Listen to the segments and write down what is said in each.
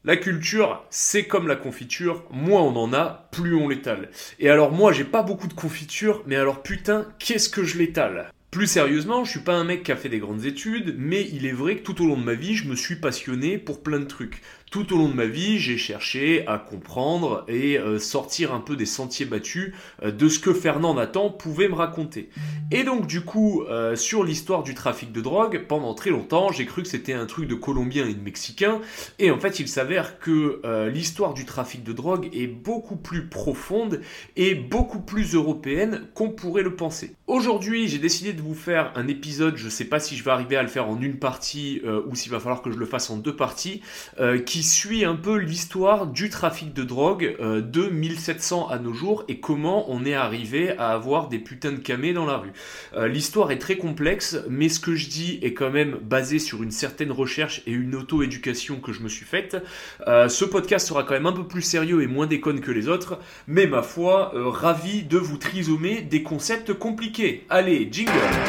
La culture, c'est comme la confiture, moins on en a, plus on l'étale. Et alors moi, j'ai pas beaucoup de confiture, mais alors putain, qu'est-ce que je l'étale? Plus sérieusement, je suis pas un mec qui a fait des grandes études, mais il est vrai que tout au long de ma vie, je me suis passionné pour plein de trucs. Tout au long de ma vie, j'ai cherché à comprendre et sortir un peu des sentiers battus de ce que Fernand Nathan pouvait me raconter. Et donc du coup, sur l'histoire du trafic de drogue, pendant très longtemps, j'ai cru que c'était un truc de Colombiens et de Mexicains, et en fait, il s'avère que l'histoire du trafic de drogue est beaucoup plus profonde et beaucoup plus européenne qu'on pourrait le penser. Aujourd'hui, j'ai décidé de vous faire un épisode, je sais pas si je vais arriver à le faire en une partie ou s'il va falloir que je le fasse en deux parties, qui suit un peu l'histoire du trafic de drogue de 1700 à nos jours et comment on est arrivé à avoir des putains de camés dans la rue. L'histoire est très complexe, mais ce que je dis est quand même basé sur une certaine recherche et une auto-éducation que je me suis faite. Ce podcast sera quand même un peu plus sérieux et moins déconne que les autres, mais ma foi, ravi de vous trisomer des concepts compliqués. Allez, jingle!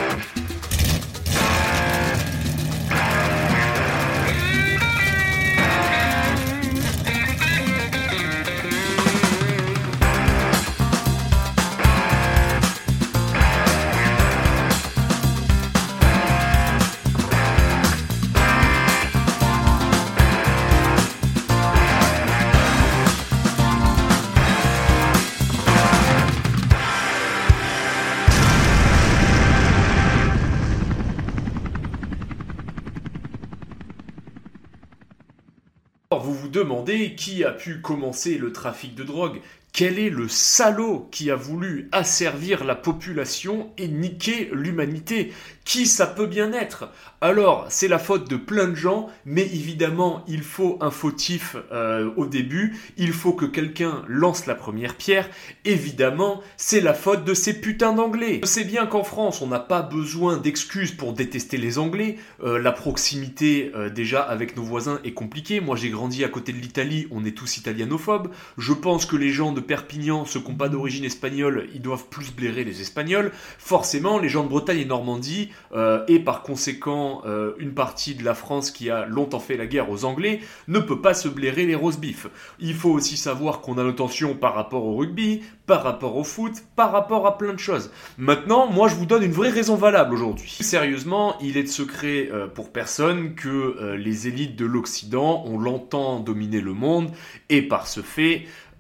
Vous vous demandez qui a pu commencer le trafic de drogue? Quel est le salaud qui a voulu asservir la population et niquer l'humanité? Qui ça peut bien être? Alors, c'est la faute de plein de gens, mais évidemment, il faut un fautif au début, il faut que quelqu'un lance la première pierre. Évidemment, c'est la faute de ces putains d'Anglais. Je sais bien qu'en France, on n'a pas besoin d'excuses pour détester les Anglais. La proximité, déjà, avec nos voisins est compliquée. Moi, j'ai grandi à côté de l'Italie, on est tous italianophobes. Je pense que les gens de Perpignan, ceux qui n'ont pas d'origine espagnole, ils doivent plus blairer les Espagnols. Forcément, les gens de Bretagne et Normandie, et par conséquent une partie de la France qui a longtemps fait la guerre aux Anglais, ne peut pas se blairer les roast beef. Il faut aussi savoir qu'on a nos tensions par rapport au rugby, par rapport au foot, par rapport à plein de choses. Maintenant, moi je vous donne une vraie raison valable aujourd'hui. Sérieusement, il est de secret pour personne que les élites de l'Occident ont longtemps dominé le monde, et par ce fait,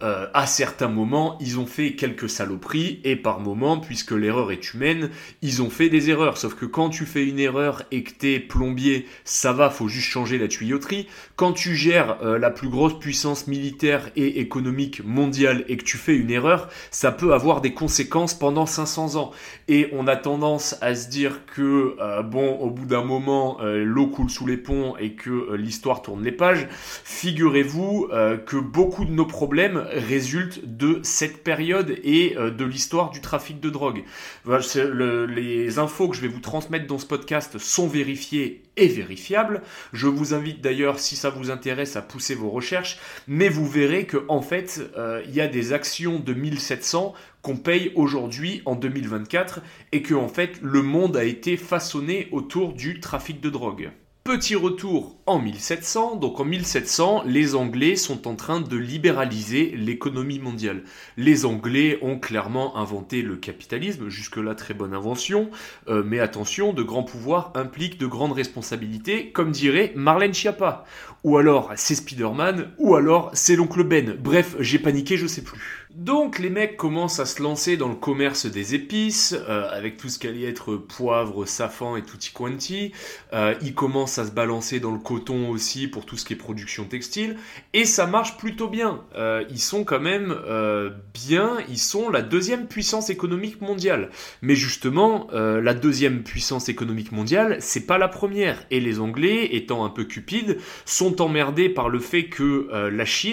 à certains moments, ils ont fait quelques saloperies, et par moments, puisque l'erreur est humaine, ils ont fait des erreurs. Sauf que quand tu fais une erreur et que t'es plombier, ça va, faut juste changer la tuyauterie. Quand tu gères la plus grosse puissance militaire et économique mondiale et que tu fais une erreur, ça peut avoir des conséquences pendant 500 ans. Et on a tendance à se dire que, au bout d'un moment, l'eau coule sous les ponts et que l'histoire tourne les pages. Figurez-vous que beaucoup de nos problèmes résulte de cette période et de l'histoire du trafic de drogue. Les infos que je vais vous transmettre dans ce podcast sont vérifiées et vérifiables. Je vous invite d'ailleurs, si ça vous intéresse, à pousser vos recherches, mais vous verrez que en fait, il y a des actions de 1700 qu'on paye aujourd'hui en 2024 et que en fait, le monde a été façonné autour du trafic de drogue. Petit retour en 1700, donc en 1700, les Anglais sont en train de libéraliser l'économie mondiale. Les Anglais ont clairement inventé le capitalisme, jusque-là très bonne invention, mais attention, de grands pouvoirs impliquent de grandes responsabilités, comme dirait Marlène Schiappa. Ou alors c'est Spider-Man, ou alors c'est l'oncle Ben. Bref, j'ai paniqué, je sais plus. Donc les mecs commencent à se lancer dans le commerce des épices, avec tout ce qu'allait être poivre, safran et tutti quanti. Ils commencent à se balancer dans le coton aussi pour tout ce qui est production textile. Et ça marche plutôt bien. Ils sont quand même bien, ils sont la deuxième puissance économique mondiale. Mais justement, la deuxième puissance économique mondiale, c'est pas la première. Et les Anglais, étant un peu cupides, sont emmerdés par le fait que la Chine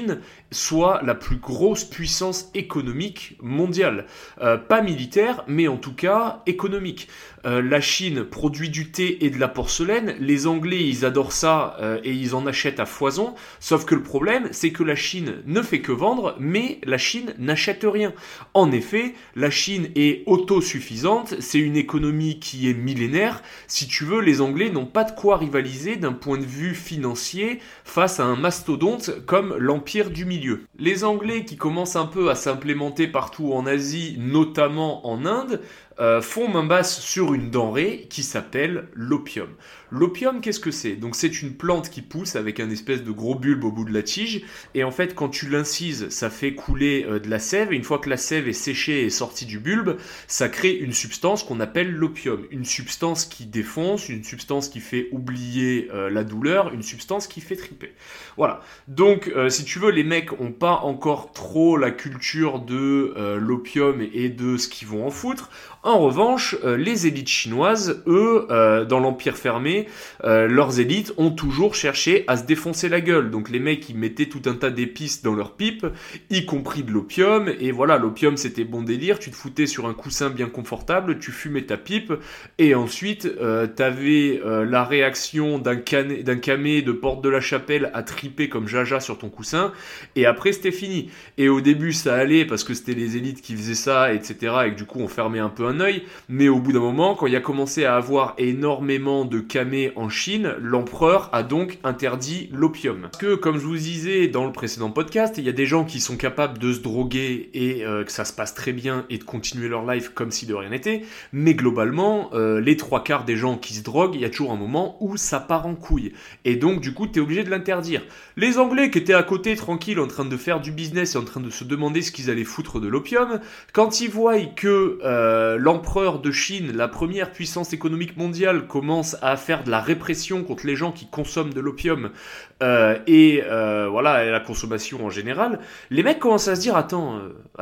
soit la plus grosse puissance économique mondiale. Pas militaire, mais en tout cas économique. La Chine produit du thé et de la porcelaine. Les Anglais, ils adorent ça et ils en achètent à foison. Sauf que le problème, c'est que la Chine ne fait que vendre, mais la Chine n'achète rien. En effet, la Chine est autosuffisante. C'est une économie qui est millénaire. Si tu veux, les Anglais n'ont pas de quoi rivaliser d'un point de vue financier face à un mastodonte comme l'Empire du Milieu. Les Anglais qui commencent un peu à s'implémenter partout en Asie, notamment en Inde, font main basse sur une denrée qui s'appelle l'opium. L'opium, qu'est-ce que c'est? Donc c'est une plante qui pousse avec un espèce de gros bulbe au bout de la tige, et en fait quand tu l'incises, ça fait couler de la sève, et une fois que la sève est séchée et sortie du bulbe, ça crée une substance qu'on appelle l'opium. Une substance qui défonce, une substance qui fait oublier la douleur, une substance qui fait triper. Voilà. Donc si tu veux, les mecs ont pas encore trop la culture de l'opium et de ce qu'ils vont en foutre. En revanche, les élites chinoises, eux, dans l'Empire fermé, leurs élites ont toujours cherché à se défoncer la gueule. Donc les mecs, ils mettaient tout un tas d'épices dans leur pipe, y compris de l'opium, et voilà, l'opium c'était bon délire, tu te foutais sur un coussin bien confortable, tu fumais ta pipe, et ensuite t'avais la réaction d'un camé de Porte de la Chapelle à triper comme jaja sur ton coussin, et après c'était fini. Et au début ça allait parce que c'était les élites qui faisaient ça, etc., et que du coup on fermait un peu un œil, mais au bout d'un moment, quand il a commencé à avoir énormément de camés en Chine, l'empereur a donc interdit l'opium. Parce que, comme je vous disais dans le précédent podcast, il y a des gens qui sont capables de se droguer et que ça se passe très bien et de continuer leur life comme si de rien n'était, mais globalement, les 3/4 des gens qui se droguent, il y a toujours un moment où ça part en couille. Et donc, du coup, t'es obligé de l'interdire. Les Anglais qui étaient à côté, tranquilles, en train de faire du business et en train de se demander ce qu'ils allaient foutre de l'opium, quand ils voient que l'empereur de Chine, la première puissance économique mondiale, commence à faire de la répression contre les gens qui consomment de l'opium voilà, la consommation en général, les mecs commencent à se dire attends,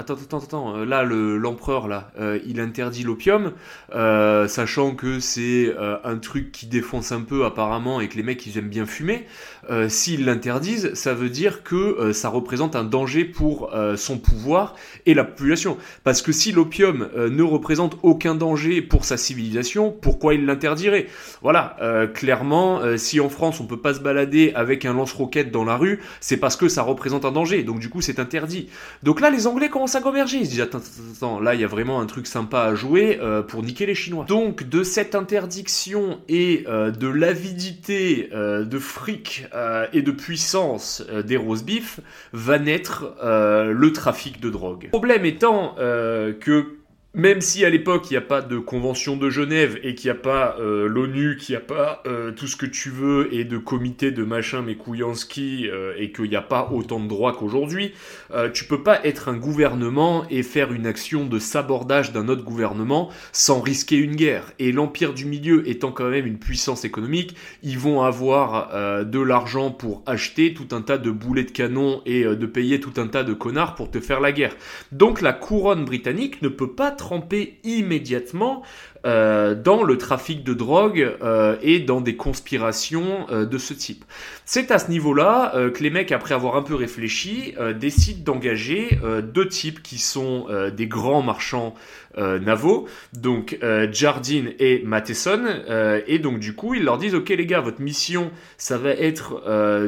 là l'empereur là, il interdit l'opium, sachant que c'est un truc qui défonce un peu apparemment et que les mecs ils aiment bien fumer. S'ils l'interdisent, ça veut dire que ça représente un danger pour son pouvoir et la population. Parce que si l'opium ne représente aucun danger pour sa civilisation, pourquoi il l'interdirait? Voilà, clairement, si en France on peut pas se balader avec un lance-roquette dans la rue, c'est parce que ça représente un danger, donc du coup c'est interdit. Donc là les Anglais commencent à converger, ils se disent attends, là il y a vraiment un truc sympa à jouer pour niquer les Chinois. Donc de cette interdiction et de l'avidité de fric et de puissance des roast beef va naître le trafic de drogue. Le problème étant que même si à l'époque il n'y a pas de convention de Genève et qu'il n'y a pas l'ONU, qu'il n'y a pas tout ce que tu veux et de comité de machin mais Kouyanski et qu'il n'y a pas autant de droits qu'aujourd'hui, tu peux pas être un gouvernement et faire une action de sabordage d'un autre gouvernement sans risquer une guerre. Et l'Empire du Milieu étant quand même une puissance économique, ils vont avoir de l'argent pour acheter tout un tas de boulets de canon et de payer tout un tas de connards pour te faire la guerre. Donc la couronne britannique ne peut pas tremper immédiatement dans le trafic de drogue et dans des conspirations de ce type. C'est à ce niveau-là que les mecs, après avoir un peu réfléchi, décident d'engager deux types qui sont des grands marchands navaux, donc Jardine et Matheson, et donc du coup ils leur disent ok les gars, votre mission ça va être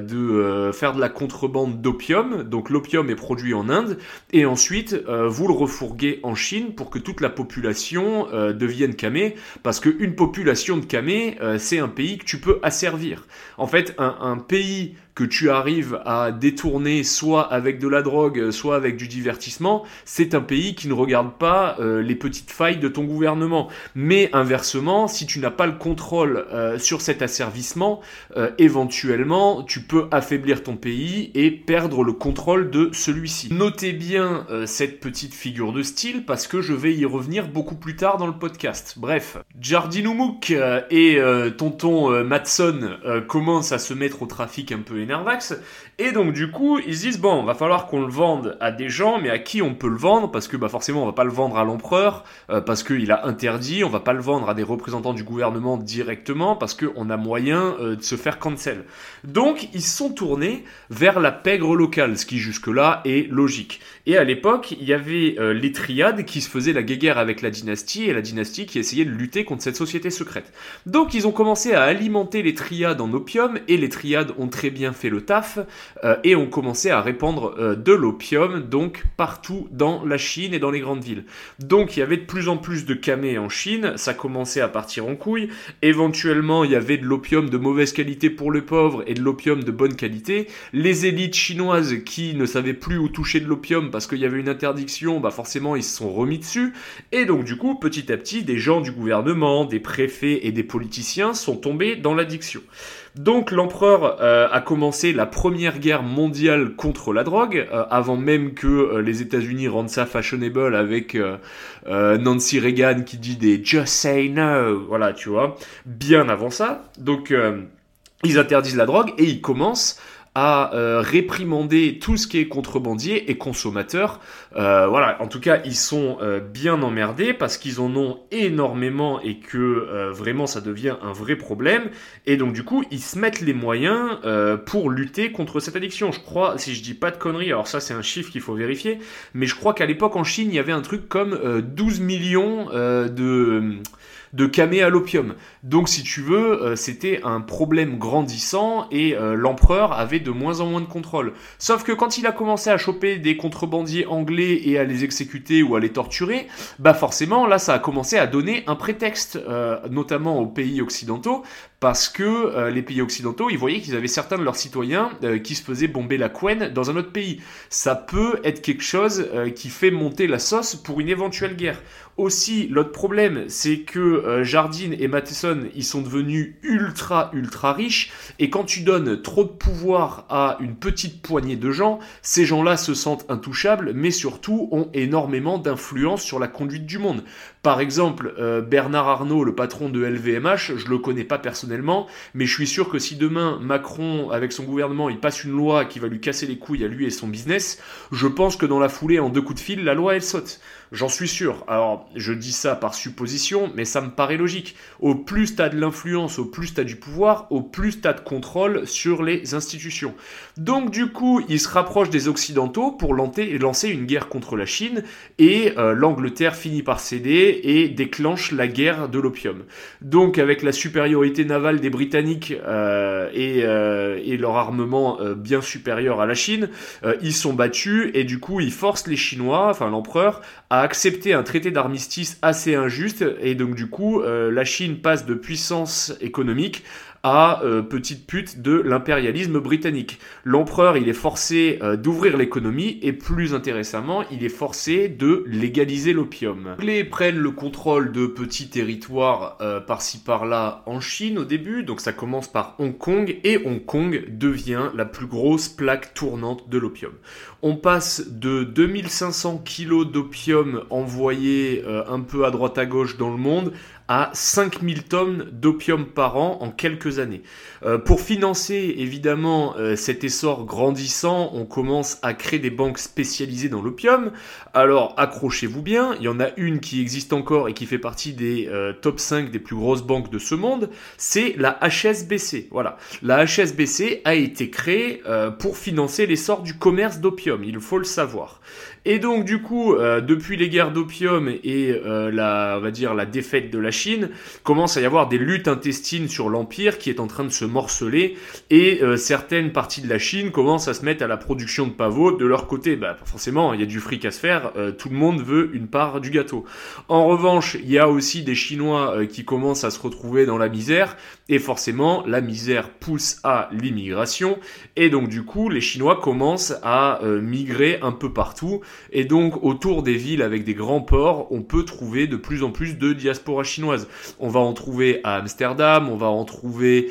de faire de la contrebande d'opium, donc l'opium est produit en Inde, et ensuite vous le refourguez en Chine pour que toute la population devienne camé, parce qu'une population de camé c'est un pays que tu peux asservir. En fait un pays que tu arrives à détourner soit avec de la drogue, soit avec du divertissement, c'est un pays qui ne regarde pas les petites failles de ton gouvernement. Mais inversement, si tu n'as pas le contrôle sur cet asservissement, éventuellement, tu peux affaiblir ton pays et perdre le contrôle de celui-ci. Notez bien cette petite figure de style, parce que je vais y revenir beaucoup plus tard dans le podcast. Bref, Jardinoumouk et tonton Matson commencent à se mettre au trafic un peu énervax, et donc du coup ils se disent bon, va falloir qu'on le vende à des gens, mais à qui on peut le vendre, parce que forcément on va pas le vendre à l'empereur, l'empereur, parce qu'il a interdit, on va pas le vendre à des représentants du gouvernement directement, parce qu'on a moyen de se faire cancel. Donc ils se sont tournés vers la pègre locale, ce qui jusque-là est logique. Et à l'époque, il y avait les triades qui se faisaient la guéguerre avec la dynastie, et la dynastie qui essayait de lutter contre cette société secrète. Donc ils ont commencé à alimenter les triades en opium, et les triades ont très bien fait le taf, et ont commencé à répandre de l'opium, donc partout dans la Chine et dans les grandes villes. Donc il y avait de plus en plus de camés en Chine, ça commençait à partir en couille, éventuellement il y avait de l'opium de mauvaise qualité pour les pauvres et de l'opium de bonne qualité, les élites chinoises qui ne savaient plus où toucher de l'opium parce qu'il y avait une interdiction, bah forcément ils se sont remis dessus, et donc du coup petit à petit des gens du gouvernement, des préfets et des politiciens sont tombés dans l'addiction. Donc l'empereur a commencé la première guerre mondiale contre la drogue, avant même que les États-Unis rendent ça fashionable avec Nancy Reagan qui dit des "just say no", voilà, tu vois, bien avant ça. Donc ils interdisent la drogue et ils commencent à réprimander tout ce qui est contrebandier et consommateur. Voilà, en tout cas, ils sont bien emmerdés parce qu'ils en ont énormément et que vraiment ça devient un vrai problème. Et donc du coup, ils se mettent les moyens pour lutter contre cette addiction. Je crois, si je dis pas de conneries, alors ça c'est un chiffre qu'il faut vérifier, mais je crois qu'à l'époque en Chine, il y avait un truc comme 12 millions de camés à l'opium. Donc si tu veux, c'était un problème grandissant et l'empereur avait de moins en moins de contrôle. Sauf que quand il a commencé à choper des contrebandiers anglais et à les exécuter ou à les torturer, bah forcément là ça a commencé à donner un prétexte, notamment aux pays occidentaux, parce que les pays occidentaux, ils voyaient qu'ils avaient certains de leurs citoyens qui se faisaient bomber la couenne dans un autre pays. Ça peut être quelque chose qui fait monter la sauce pour une éventuelle guerre. Aussi, l'autre problème, c'est que Jardine et Matheson, ils sont devenus ultra riches, et quand tu donnes trop de pouvoir à une petite poignée de gens, ces gens-là se sentent intouchables, mais surtout ont énormément d'influence sur la conduite du monde. Par exemple, Bernard Arnault, le patron de LVMH, je le connais pas personnellement, mais je suis sûr que si demain Macron, avec son gouvernement, il passe une loi qui va lui casser les couilles à lui et son business, je pense que dans la foulée, en 2 coups de fil, la loi elle saute. J'en suis sûr. Alors, je dis ça par supposition, mais ça me paraît logique. Au plus t'as de l'influence, au plus t'as du pouvoir, au plus t'as de contrôle sur les institutions. Donc du coup, il se rapproche des Occidentaux pour lancer une guerre contre la Chine, et l'Angleterre finit par céder et déclenche la guerre de l'opium. Donc avec la supériorité navale des Britanniques et leur armement bien supérieur à la Chine, ils sont battus, et du coup ils forcent les Chinois, enfin l'empereur, à accepter un traité d'armistice assez injuste, et donc du coup la Chine passe de puissance économique à petite pute de l'impérialisme britannique. L'empereur, il est forcé d'ouvrir l'économie, et plus intéressamment, il est forcé de légaliser l'opium. Les Anglais prennent le contrôle de petits territoires par-ci par-là en Chine au début, donc ça commence par Hong Kong, et Hong Kong devient la plus grosse plaque tournante de l'opium. On passe de 2500 kilos d'opium envoyés un peu à droite à gauche dans le monde à 5000 tonnes d'opium par an en quelques années. Pour financer évidemment cet essor grandissant, on commence à créer des banques spécialisées dans l'opium. Alors accrochez-vous bien, il y en a une qui existe encore et qui fait partie des top 5 des plus grosses banques de ce monde, c'est la HSBC. Voilà, la HSBC a été créée pour financer l'essor du commerce d'opium, il faut le savoir. Et donc du coup, depuis les guerres d'opium et on va dire la défaite de la Chine, commence à y avoir des luttes intestines sur l'empire qui est en train de se morceler, et certaines parties de la Chine commencent à se mettre à la production de pavots. De leur côté, bah forcément, il y a du fric à se faire, tout le monde veut une part du gâteau. En revanche, il y a aussi des Chinois qui commencent à se retrouver dans la misère, et forcément, la misère pousse à l'immigration, et donc du coup, les Chinois commencent à migrer un peu partout. Et donc autour des villes avec des grands ports, on peut trouver de plus en plus de diaspora chinoise. On va en trouver à Amsterdam, on va en trouver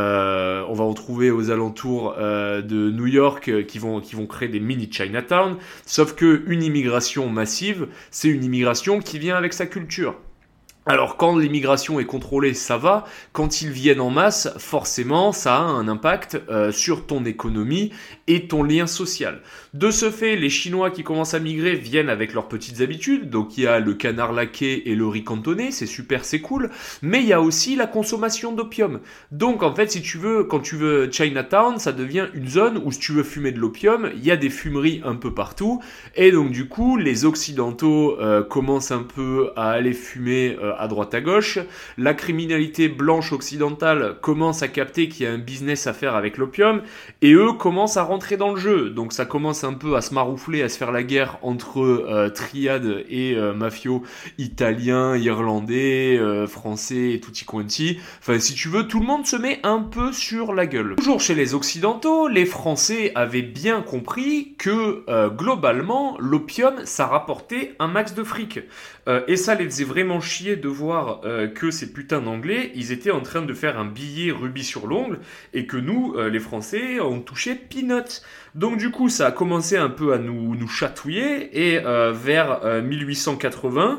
aux alentours de New York qui vont créer des mini Chinatown. Sauf que une immigration massive, c'est une immigration qui vient avec sa culture. Alors quand l'immigration est contrôlée, ça va. Quand ils viennent en masse, forcément, ça a un impact sur ton économie et ton lien social. De ce fait, les Chinois qui commencent à migrer viennent avec leurs petites habitudes. Donc il y a le canard laqué et le riz cantonné, c'est super, c'est cool. Mais il y a aussi la consommation d'opium. Donc en fait, si tu veux, quand tu veux Chinatown, ça devient une zone où si tu veux fumer de l'opium, il y a des fumeries un peu partout. Et donc du coup, les Occidentaux commencent un peu à aller fumer à droite à gauche. La criminalité blanche occidentale commence à capter qu'il y a un business à faire avec l'opium et eux commencent à rentrer dans le jeu. Donc ça commence un peu à se maroufler, à se faire la guerre entre triades et mafios italiens, irlandais, français et tutti quanti. Enfin si tu veux, tout le monde se met un peu sur la gueule. Toujours chez les Occidentaux, les Français avaient bien compris que globalement l'opium ça rapportait un max de fric. Et ça les faisait vraiment chier de voir que ces putains d'anglais, ils étaient en train de faire un billet rubis sur l'ongle et que nous, les Français, on touchait peanuts. Donc du coup, ça a commencé un peu à nous chatouiller et vers 1880,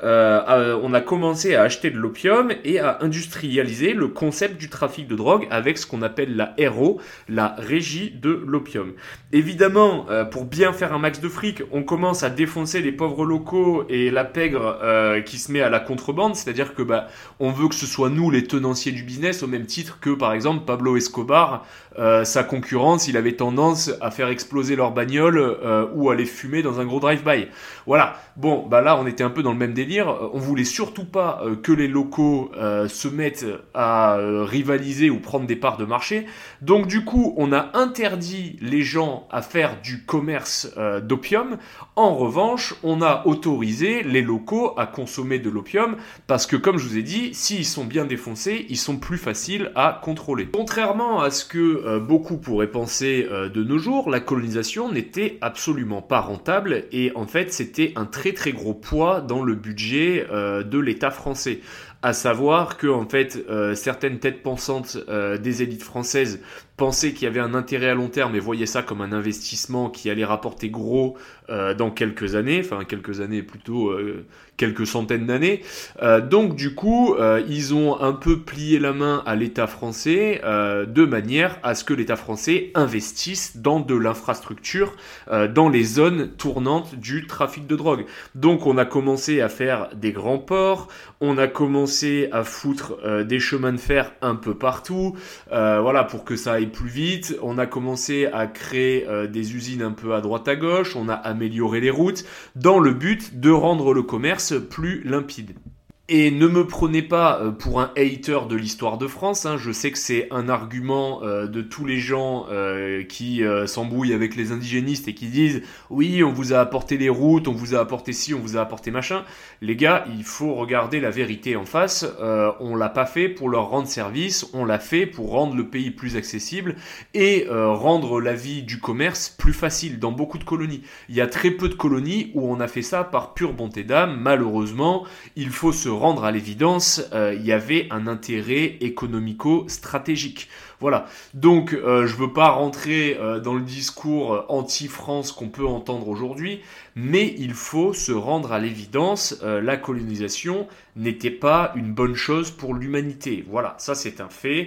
on a commencé à acheter de l'opium et à industrialiser le concept du trafic de drogue avec ce qu'on appelle la RO, la régie de l'opium. Évidemment, pour bien faire un max de fric, on commence à défoncer les pauvres locaux et la pègre qui se met à la contrebande, c'est-à-dire que on veut que ce soit nous les tenanciers du business au même titre que par exemple Pablo Escobar, sa concurrence, il avait tendance à faire exploser leur bagnole ou à les fumer dans un gros drive-by. Voilà. Bon, là on était un peu dans le même délire. On voulait surtout pas que les locaux se mettent à rivaliser ou prendre des parts de marché. Donc du coup, on a interdit les gens à faire du commerce d'opium. En revanche, on a autorisé les locaux à consommer de l'opium parce que, comme je vous ai dit, s'ils sont bien défoncés, ils sont plus faciles à contrôler. Contrairement à ce que beaucoup pourraient penser de nos jours, la colonisation n'était absolument pas rentable et en fait, c'était un très très gros poids dans le budget de l'État français. À savoir que en fait certaines têtes pensantes des élites françaises pensaient qu'il y avait un intérêt à long terme et voyaient ça comme un investissement qui allait rapporter gros dans quelques années, enfin quelques années plutôt quelques centaines d'années. Donc du coup ils ont un peu plié la main à l'État français de manière à ce que l'État français investisse dans de l'infrastructure dans les zones tournantes du trafic de drogue. Donc on a commencé à faire des grands ports, on a commencé à foutre des chemins de fer un peu partout, voilà, pour que ça aille plus vite. On a commencé à créer des usines un peu à droite à gauche, on a amélioré les routes dans le but de rendre le commerce plus limpide. Et ne me prenez pas pour un hater de l'histoire de France, hein. Je sais que c'est un argument de tous les gens qui s'embrouillent avec les indigénistes et qui disent « Oui, on vous a apporté les routes, on vous a apporté ci, on vous a apporté machin ». Les gars, il faut regarder la vérité en face. On l'a pas fait pour leur rendre service, on l'a fait pour rendre le pays plus accessible et rendre la vie du commerce plus facile dans beaucoup de colonies. Il y a très peu de colonies où on a fait ça par pure bonté d'âme. Malheureusement, il faut se rendre à l'évidence, il y avait un intérêt économico-stratégique. Voilà. Donc, je veux pas rentrer dans le discours anti-France qu'on peut entendre aujourd'hui, mais il faut se rendre à l'évidence, la colonisation n'était pas une bonne chose pour l'humanité. Voilà, ça c'est un fait.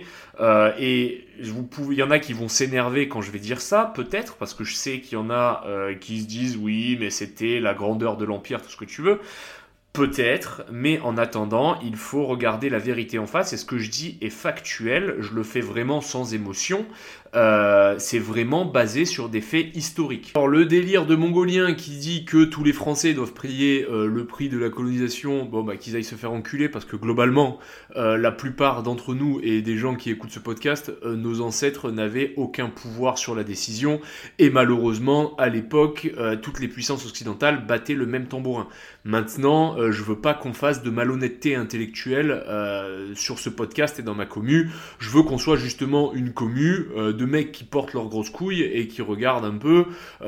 Et il y en a qui vont s'énerver quand je vais dire ça, peut-être, parce que je sais qu'il y en a qui se disent oui, mais c'était la grandeur de l'Empire, tout ce que tu veux. Peut-être, mais en attendant, il faut regarder la vérité en face, et ce que je dis est factuel, je le fais vraiment sans émotion, c'est vraiment basé sur des faits historiques. Alors le délire de Mongolien qui dit que tous les Français doivent payer le prix de la colonisation, qu'ils aillent se faire enculer, parce que globalement, la plupart d'entre nous et des gens qui écoutent ce podcast, nos ancêtres n'avaient aucun pouvoir sur la décision, et malheureusement, à l'époque, toutes les puissances occidentales battaient le même tambourin. Maintenant, je veux pas qu'on fasse de malhonnêteté intellectuelle sur ce podcast et dans ma commu. Je veux qu'on soit justement une commu de mecs qui portent leurs grosses couilles et qui regardent un peu.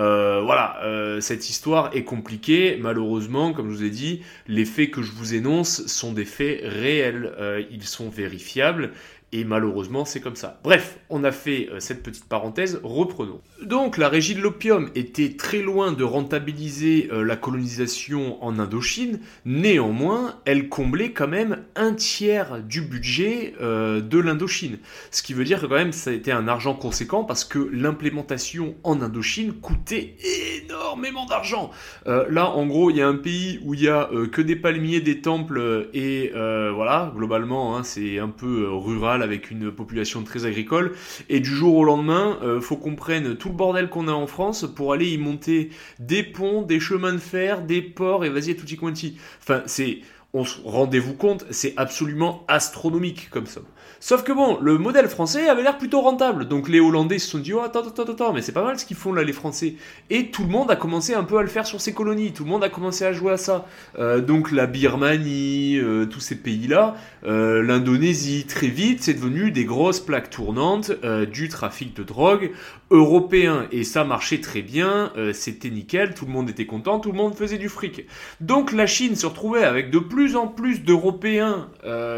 Cette histoire est compliquée. Malheureusement, comme je vous ai dit, les faits que je vous énonce sont des faits réels. Ils sont vérifiables. Et malheureusement, c'est comme ça. Bref, on a fait cette petite parenthèse, reprenons. Donc, la régie de l'opium était très loin de rentabiliser la colonisation en Indochine. Néanmoins, elle comblait quand même un tiers du budget de l'Indochine. Ce qui veut dire que quand même, ça a été un argent conséquent parce que l'implémentation en Indochine coûtait énormément d'argent. Là, en gros, il y a un pays où il y a que des palmiers, des temples et voilà, globalement, hein, c'est un peu rural avec une population très agricole. Et du jour au lendemain, faut qu'on prenne tout le bordel qu'on a en France pour aller y monter des ponts, des chemins de fer, des ports et vas-y, tutti quanti. Enfin, rendez-vous compte, c'est absolument astronomique comme ça. Sauf que bon, le modèle français avait l'air plutôt rentable. Donc les Hollandais se sont dit, oh attends, mais c'est pas mal ce qu'ils font là les Français. Et tout le monde a commencé un peu à le faire sur ses colonies. Tout le monde a commencé à jouer à ça. Donc la Birmanie, tous ces pays-là, l'Indonésie, très vite, c'est devenu des grosses plaques tournantes du trafic de drogue européen. Et ça marchait très bien, c'était nickel, tout le monde était content, tout le monde faisait du fric. Donc la Chine se retrouvait avec de plus en plus d'Européens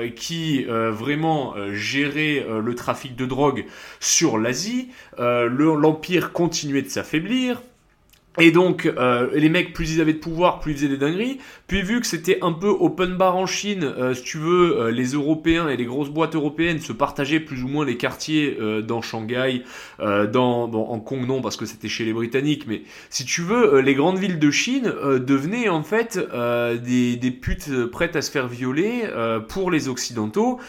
qui vraiment géraient le trafic de drogue sur l'Asie. L'empire continuait de s'affaiblir. Et donc, les mecs, plus ils avaient de pouvoir, plus ils faisaient des dingueries. Puis vu que c'était un peu open bar en Chine, si tu veux, les Européens et les grosses boîtes européennes se partageaient plus ou moins les quartiers dans Shanghai, dans Hong Kong non, parce que c'était chez les Britanniques, mais si tu veux, les grandes villes de Chine devenaient en fait des putes prêtes à se faire violer pour les Occidentaux.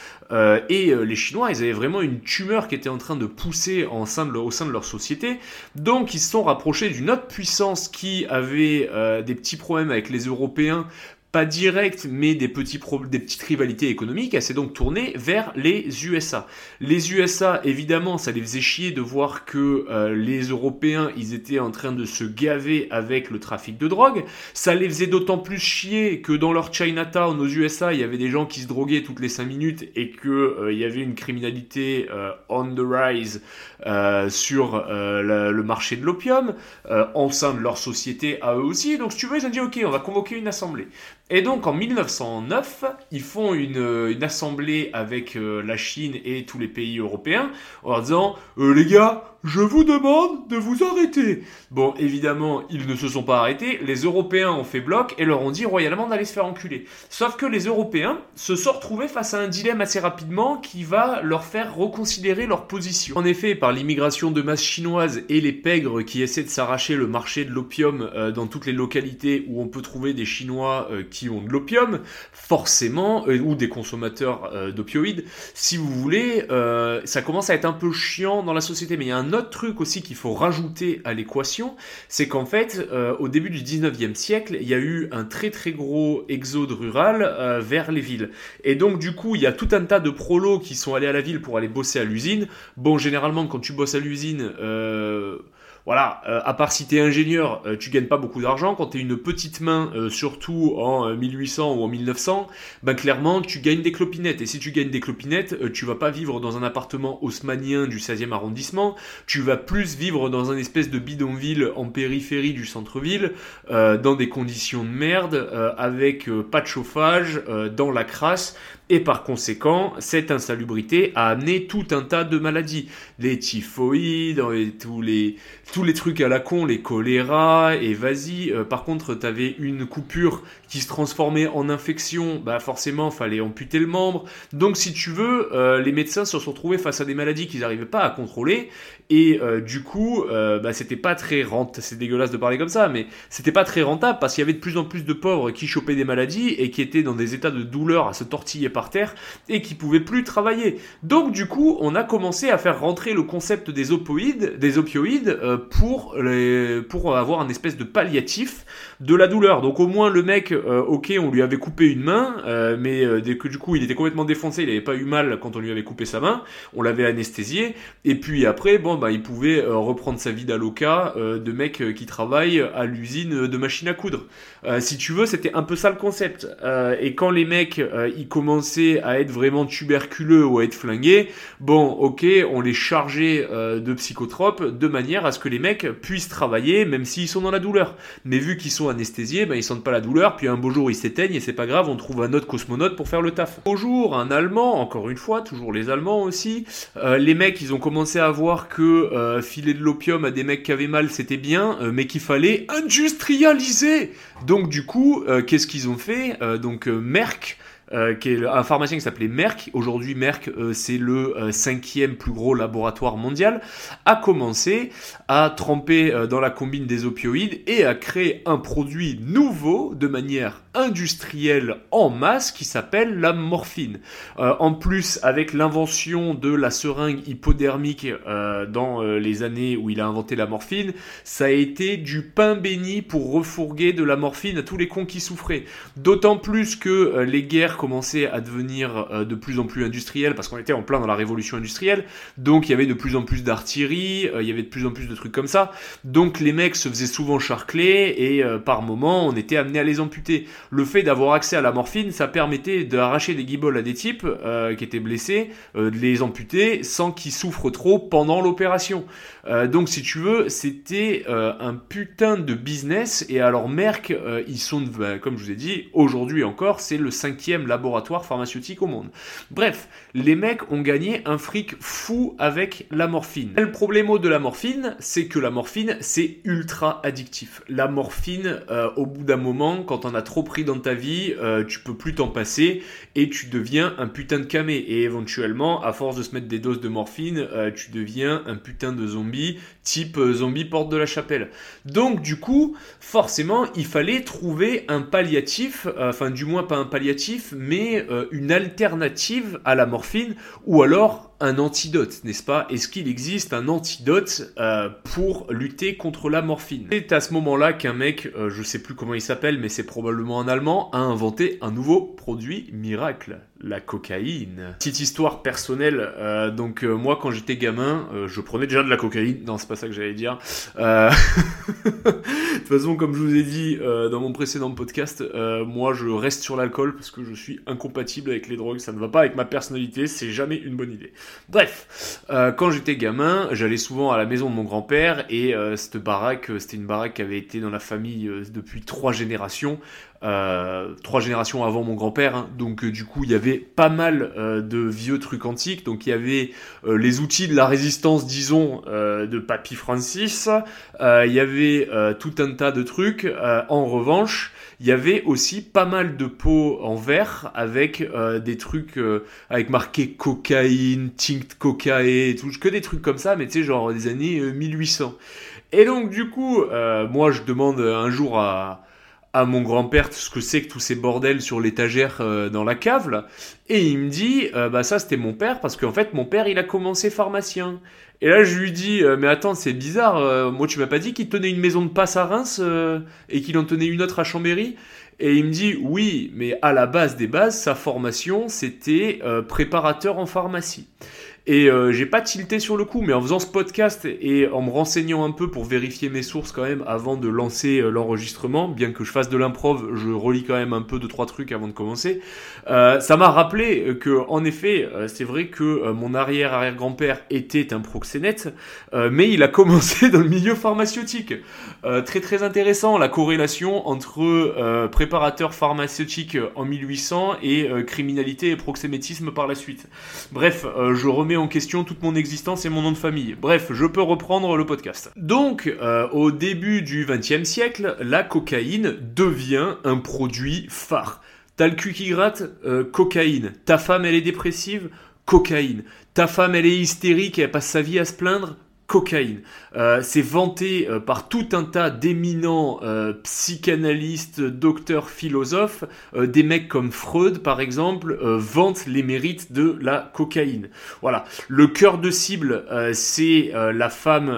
Et les Chinois, ils avaient vraiment une tumeur qui était en train de pousser au sein de leur société. Donc ils se sont rapprochés d'une autre puissance qui avait des petits problèmes avec les Européens, pas direct, mais des petites rivalités économiques. Elle s'est donc tournée vers les USA. Les USA, évidemment, ça les faisait chier de voir que les Européens, ils étaient en train de se gaver avec le trafic de drogue. Ça les faisait d'autant plus chier que dans leur Chinatown aux USA, il y avait des gens qui se droguaient toutes les 5 minutes et que il y avait une criminalité on the rise sur le marché de l'opium en sein de leur société à eux aussi. Donc, si tu veux, ils ont dit, ok, on va convoquer une assemblée. Et donc en 1909, ils font une assemblée avec la Chine et tous les pays européens en leur disant les gars, je vous demande de vous arrêter. Bon, évidemment, ils ne se sont pas arrêtés. Les Européens ont fait bloc et leur ont dit royalement d'aller se faire enculer. Sauf que les Européens se sont retrouvés face à un dilemme assez rapidement qui va leur faire reconsidérer leur position. En effet, par l'immigration de masse chinoise et les pègres qui essaient de s'arracher le marché de l'opium dans toutes les localités où on peut trouver des Chinois qui ont de l'opium, forcément, ou des consommateurs d'opioïdes, si vous voulez, ça commence à être un peu chiant dans la société. Mais il y a un autre truc aussi qu'il faut rajouter à l'équation, c'est qu'en fait, au début du 19e siècle, il y a eu un très très gros exode rural vers les villes. Et donc du coup, il y a tout un tas de prolos qui sont allés à la ville pour aller bosser à l'usine. Bon, généralement, quand tu bosses à l'usine... Voilà, à part si t'es ingénieur, tu gagnes pas beaucoup d'argent. Quand t'es une petite main, surtout en 1800 ou en 1900, ben clairement, tu gagnes des clopinettes. Et si tu gagnes des clopinettes, tu vas pas vivre dans un appartement haussmannien du 16e arrondissement. Tu vas plus vivre dans un espèce de bidonville en périphérie du centre-ville, dans des conditions de merde, avec pas de chauffage, dans la crasse. Et par conséquent, cette insalubrité a amené tout un tas de maladies. Les typhoïdes, tous les trucs à la con, les choléra, et vas-y. Par contre, t'avais une coupure qui se transformait en infection, bah forcément, fallait amputer le membre. Donc, si tu veux, les médecins se sont retrouvés face à des maladies qu'ils n'arrivaient pas à contrôler. Et du coup, c'était pas très rentable. C'est dégueulasse de parler comme ça, mais c'était pas très rentable parce qu'il y avait de plus en plus de pauvres qui chopaient des maladies et qui étaient dans des états de douleur à se tortiller par terre et qui pouvaient plus travailler. Donc du coup, on a commencé à faire rentrer le concept des opioïdes pour avoir un espèce de palliatif de la douleur. Donc au moins le mec, ok, on lui avait coupé une main, mais dès que du coup il était complètement défoncé, il avait pas eu mal quand on lui avait coupé sa main, on l'avait anesthésié, et puis après, il pouvait reprendre sa vie d'aloca de mec qui travaille à l'usine de machines à coudre. Si tu veux, c'était un peu ça le concept. Et quand les mecs, ils commençaient commençaient à être vraiment tuberculeux ou à être flingués, bon, ok, on les chargeait de psychotropes de manière à ce que les mecs puissent travailler même s'ils sont dans la douleur. Mais vu qu'ils sont anesthésiés, ben ils sentent pas la douleur, puis un beau jour ils s'éteignent et c'est pas grave, on trouve un autre cosmonaute pour faire le taf. Beau jour, un Allemand, encore une fois, toujours les Allemands aussi, les mecs ils ont commencé à voir que filer de l'opium à des mecs qui avaient mal c'était bien, mais qu'il fallait industrialiser. Donc du coup, qu'est-ce qu'ils ont fait ? Merck, qui est un pharmacien qui s'appelait Merck, aujourd'hui Merck c'est le 5e plus gros laboratoire mondial, a commencé à tremper dans la combine des opioïdes et à créer un produit nouveau de manière industrielle en masse qui s'appelle la morphine. En plus, avec l'invention de la seringue hypodermique dans les années où il a inventé la morphine, ça a été du pain béni pour refourguer de la morphine à tous les cons qui souffraient. D'autant plus que les guerres commençaient à devenir de plus en plus industrielles parce qu'on était en plein dans la révolution industrielle, donc il y avait de plus en plus d'artillerie, il y avait de plus en plus de trucs comme ça, donc les mecs se faisaient souvent charcler et par moments on était amené à les amputer. Le fait d'avoir accès à la morphine, ça permettait d'arracher des guibolles à des types qui étaient blessés, de les amputer sans qu'ils souffrent trop pendant l'opération. Donc si tu veux, c'était un putain de business, et alors Merck, ils sont, comme je vous ai dit, aujourd'hui encore, c'est le 5e laboratoire pharmaceutique au monde. Bref, les mecs ont gagné un fric fou avec la morphine. Le problème de la morphine, c'est que la morphine, c'est ultra addictif. La morphine, au bout d'un moment, quand on a trop pris dans ta vie, tu peux plus t'en passer et tu deviens un putain de camé. Et éventuellement, à force de se mettre des doses de morphine, tu deviens un putain de zombie, type zombie porte de la chapelle. Donc du coup, forcément, il fallait trouver un palliatif, enfin du moins pas un palliatif, mais une alternative à la morphine, ou alors un antidote, n'est-ce pas ? Est-ce qu'il existe un antidote pour lutter contre la morphine ? C'est à ce moment-là qu'un mec, je sais plus comment il s'appelle, mais c'est probablement un Allemand, a inventé un nouveau produit miracle, la cocaïne. Petite histoire personnelle, moi quand j'étais gamin, je prenais déjà de la cocaïne, non c'est pas ça que j'allais dire. De toute façon, comme je vous ai dit dans mon précédent podcast, moi je reste sur l'alcool parce que je suis incompatible avec les drogues, ça ne va pas avec ma personnalité, c'est jamais une bonne idée. Bref, quand j'étais gamin, j'allais souvent à la maison de mon grand-père et cette baraque, c'était une baraque qui avait été dans la famille depuis 3 générations. 3 générations avant mon grand-père, hein. Donc du coup il y avait pas mal de vieux trucs antiques, donc il y avait les outils de la résistance, disons, de Papy Francis, il y avait tout un tas de trucs. En revanche, il y avait aussi pas mal de pots en verre avec des trucs avec marqué cocaïne, tinct cocae, tout, que des trucs comme ça, mais tu sais, genre des années 1800. Et donc du coup, moi je demande un jour à mon grand-père ce que c'est que tous ces bordels sur l'étagère dans la cave là. Et il me dit ça c'était mon père, parce qu'en fait mon père il a commencé pharmacien. Et là je lui dis mais attends, c'est bizarre, moi tu m'as pas dit qu'il tenait une maison de passe à Reims et qu'il en tenait une autre à Chambéry? Et il me dit oui, mais à la base des bases, sa formation c'était préparateur en pharmacie. Et j'ai pas tilté sur le coup, mais en faisant ce podcast et en me renseignant un peu pour vérifier mes sources quand même avant de lancer l'enregistrement, bien que je fasse de l'improv, je relis quand même un peu 2-3 trucs avant de commencer. Ça m'a rappelé que, en effet, c'est vrai que mon arrière-arrière-grand-père était un proxénète, mais il a commencé dans le milieu pharmaceutique. Très très intéressant, la corrélation entre préparateur pharmaceutique en 1800 et criminalité et proxénétisme par la suite. Bref, je remets en question toute mon existence et mon nom de famille. Bref, je peux reprendre le podcast. Donc, au début du XXe siècle, la cocaïne devient un produit phare. T'as le cul qui gratte, cocaïne. Ta femme, elle est dépressive, cocaïne. Ta femme, elle est hystérique et elle passe sa vie à se plaindre, cocaïne. C'est vanté par tout un tas d'éminents psychanalystes, docteurs, philosophes. Des mecs comme Freud, par exemple, vantent les mérites de la cocaïne. Voilà. Le cœur de cible, c'est la femme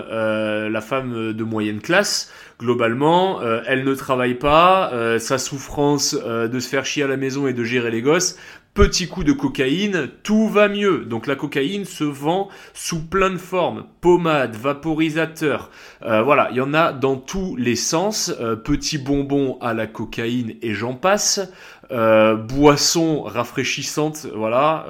de moyenne classe. Globalement, elle ne travaille pas, sa souffrance de se faire chier à la maison et de gérer les gosses. Petit coup de cocaïne, tout va mieux. Donc la cocaïne se vend sous plein de formes. Pommade, vaporisateur, voilà, il y en a dans tous les sens. Petits bonbons à la cocaïne et j'en passe. boisson rafraîchissante, voilà,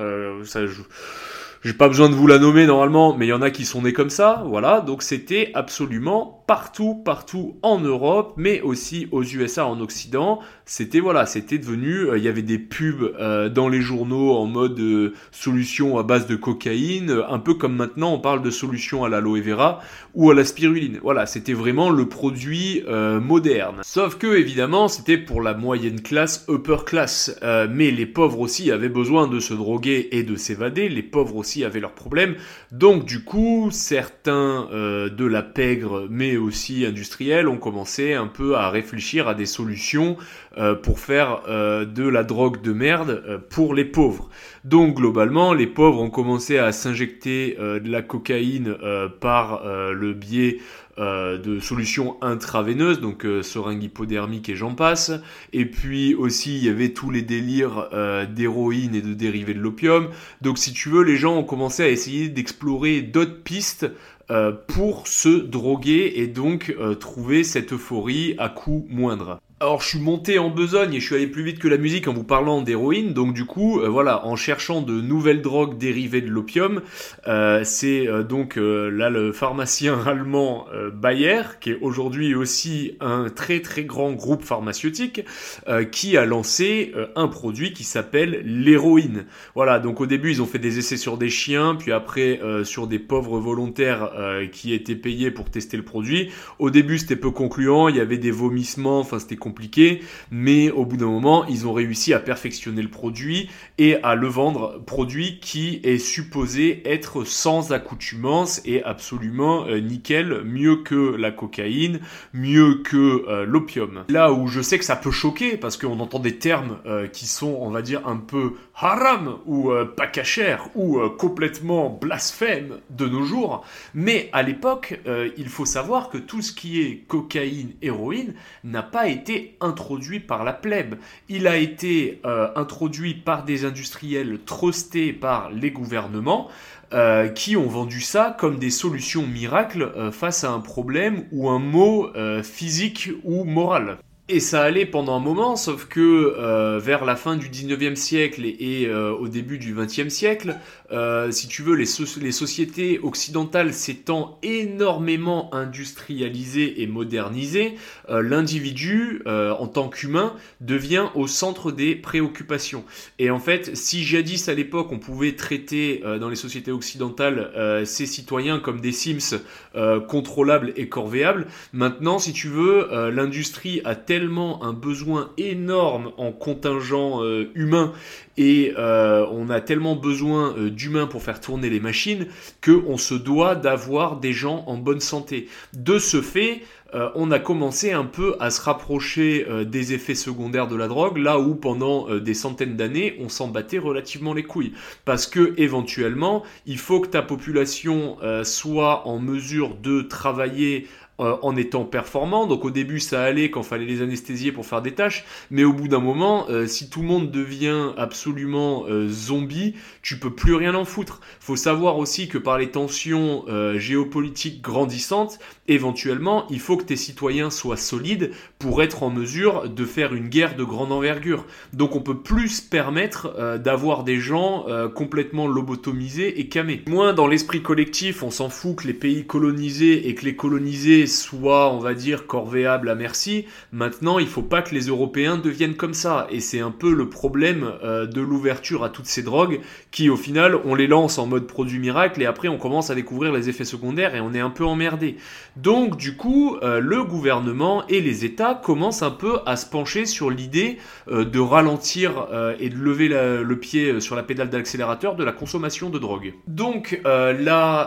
j'ai pas besoin de vous la nommer normalement, mais il y en a qui sont nés comme ça, voilà, donc c'était absolument partout en Europe, mais aussi aux USA, en Occident, c'était devenu, il y avait des pubs dans les journaux en mode solution à base de cocaïne, un peu comme maintenant on parle de solution à l'aloe vera ou à la spiruline, voilà, c'était vraiment le produit moderne. Sauf que évidemment c'était pour la moyenne classe, upper class, mais les pauvres aussi avaient besoin de se droguer et de s'évader, les pauvres aussi avaient leurs problèmes, donc du coup certains de la pègre, mais aussi industriels, ont commencé un peu à réfléchir à des solutions pour faire de la drogue de merde pour les pauvres. Donc globalement, les pauvres ont commencé à s'injecter de la cocaïne par le biais de solutions intraveineuses, donc seringue hypodermique et j'en passe. Et puis aussi, il y avait tous les délires d'héroïne et de dérivés de l'opium. Donc si tu veux, les gens ont commencé à essayer d'explorer d'autres pistes pour se droguer et donc trouver cette euphorie à coût moindre. Alors je suis monté en besogne et je suis allé plus vite que la musique en vous parlant d'héroïne, donc du coup, voilà, en cherchant de nouvelles drogues dérivées de l'opium, c'est donc là le pharmacien allemand Bayer, qui est aujourd'hui aussi un très grand groupe pharmaceutique, qui a lancé un produit qui s'appelle l'héroïne. Voilà, donc au début ils ont fait des essais sur des chiens, puis après sur des pauvres volontaires qui étaient payés pour tester le produit. Au début c'était peu concluant, il y avait des vomissements, enfin c'était compliqué, mais au bout d'un moment, ils ont réussi à perfectionner le produit et à le vendre, produit qui est supposé être sans accoutumance et absolument nickel, mieux que la cocaïne, mieux que l'opium. Là où je sais que ça peut choquer, parce qu'on entend des termes qui sont, on va dire, un peu haram, ou pas cachère, ou complètement blasphème de nos jours, mais à l'époque, il faut savoir que tout ce qui est cocaïne, héroïne, n'a pas été introduit par la plèbe. Il a été introduit par des industriels trustés par les gouvernements qui ont vendu ça comme des solutions miracles face à un problème ou un mot physique ou moral. Et ça allait pendant un moment, sauf que vers la fin du 19e siècle et au début du 20e siècle, si tu veux, les sociétés occidentales s'étant énormément industrialisées et modernisées, l'individu, en tant qu'humain, devient au centre des préoccupations. Et en fait, si jadis à l'époque on pouvait traiter dans les sociétés occidentales ces citoyens comme des Sims contrôlables et corvéables, maintenant, si tu veux, l'industrie a tellement un besoin énorme en contingent humain et on a tellement besoin d'humains pour faire tourner les machines qu'on se doit d'avoir des gens en bonne santé. De ce fait, on a commencé un peu à se rapprocher des effets secondaires de la drogue, là où pendant des centaines d'années, on s'en battait relativement les couilles. Parce que éventuellement, il faut que ta population soit en mesure de travailler en étant performant. Donc au début ça allait quand fallait les anesthésier pour faire des tâches, mais au bout d'un moment, si tout le monde devient absolument zombie, tu peux plus rien en foutre. Faut savoir aussi que par les tensions géopolitiques grandissantes, éventuellement il faut que tes citoyens soient solides pour être en mesure de faire une guerre de grande envergure. Donc on peut plus se permettre d'avoir des gens complètement lobotomisés et camés. Moins dans l'esprit collectif, on s'en fout que les pays colonisés et que les colonisés soient, on va dire, corvéables à merci. Maintenant, il faut pas que les Européens deviennent comme ça. Et c'est un peu le problème de l'ouverture à toutes ces drogues qui, au final, on les lance en mode produit miracle et après on commence à découvrir les effets secondaires et on est un peu emmerdé. Donc, du coup, le gouvernement et les États commencent un peu à se pencher sur l'idée de ralentir et de lever le pied sur la pédale d'accélérateur de la consommation de drogue. Donc, la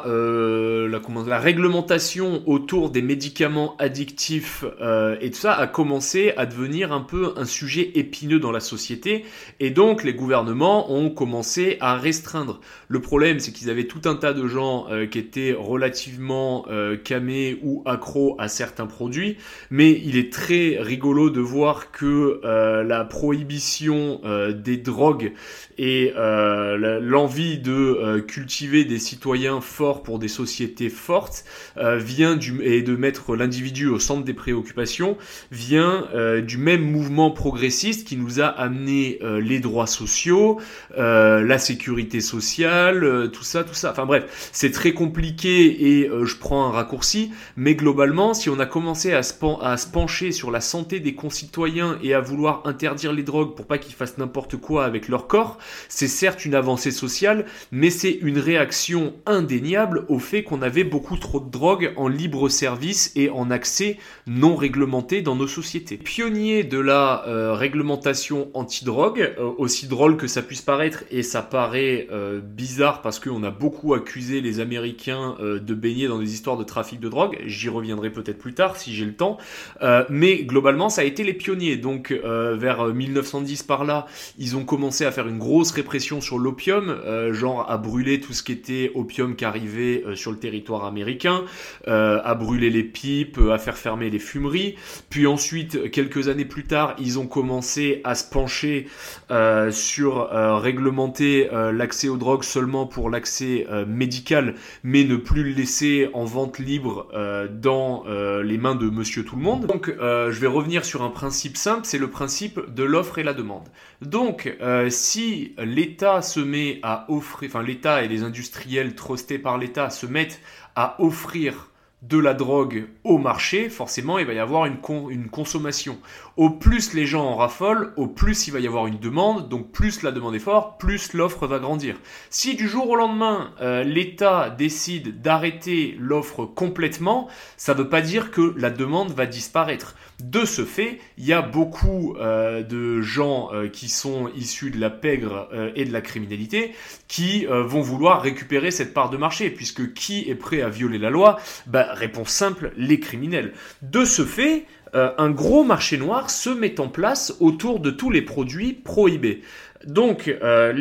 réglementation autour des médicaments addictifs et tout ça a commencé à devenir un peu un sujet épineux dans la société et donc les gouvernements ont commencé à restreindre. Le problème c'est qu'ils avaient tout un tas de gens qui étaient relativement camés ou accros à certains produits, mais il est très rigolo de voir que la prohibition des drogues et l'envie de cultiver des citoyens forts pour des sociétés fortes vient et de de mettre l'individu au centre des préoccupations vient du même mouvement progressiste qui nous a amené les droits sociaux, la sécurité sociale, tout ça. Enfin bref, c'est très compliqué et je prends un raccourci, mais globalement, si on a commencé à se pencher sur la santé des concitoyens et à vouloir interdire les drogues pour pas qu'ils fassent n'importe quoi avec leur corps, c'est certes une avancée sociale, mais c'est une réaction indéniable au fait qu'on avait beaucoup trop de drogue en libre service et en accès non réglementé dans nos sociétés. Pionnier de la réglementation anti-drogue, aussi drôle que ça puisse paraître, et ça paraît bizarre parce qu'on a beaucoup accusé les Américains de baigner dans des histoires de trafic de drogue, j'y reviendrai peut-être plus tard si j'ai le temps, mais globalement ça a été les pionniers, donc vers 1910 par là, ils ont commencé à faire une grosse répression sur l'opium, genre à brûler tout ce qui était opium qui arrivait sur le territoire américain, à brûler les pipes, à faire fermer les fumeries, puis ensuite, quelques années plus tard, ils ont commencé à se pencher sur réglementer l'accès aux drogues seulement pour l'accès médical, mais ne plus le laisser en vente libre dans les mains de monsieur tout le monde. Donc je vais revenir sur un principe simple, c'est le principe de l'offre et la demande. Donc si l'État se met à offrir, enfin l'État et les industriels trustés par l'État se mettent à offrir de la drogue au marché, forcément il va y avoir une consommation. Au plus les gens en raffolent, au plus il va y avoir une demande, donc plus la demande est forte, plus l'offre va grandir. Si du jour au lendemain, l'État décide d'arrêter l'offre complètement, ça ne veut pas dire que la demande va disparaître. De ce fait, il y a beaucoup de gens qui sont issus de la pègre et de la criminalité qui vont vouloir récupérer cette part de marché, puisque qui est prêt à violer la loi ? Réponse simple, les criminels. De ce fait, un gros marché noir se met en place autour de tous les produits prohibés. Donc,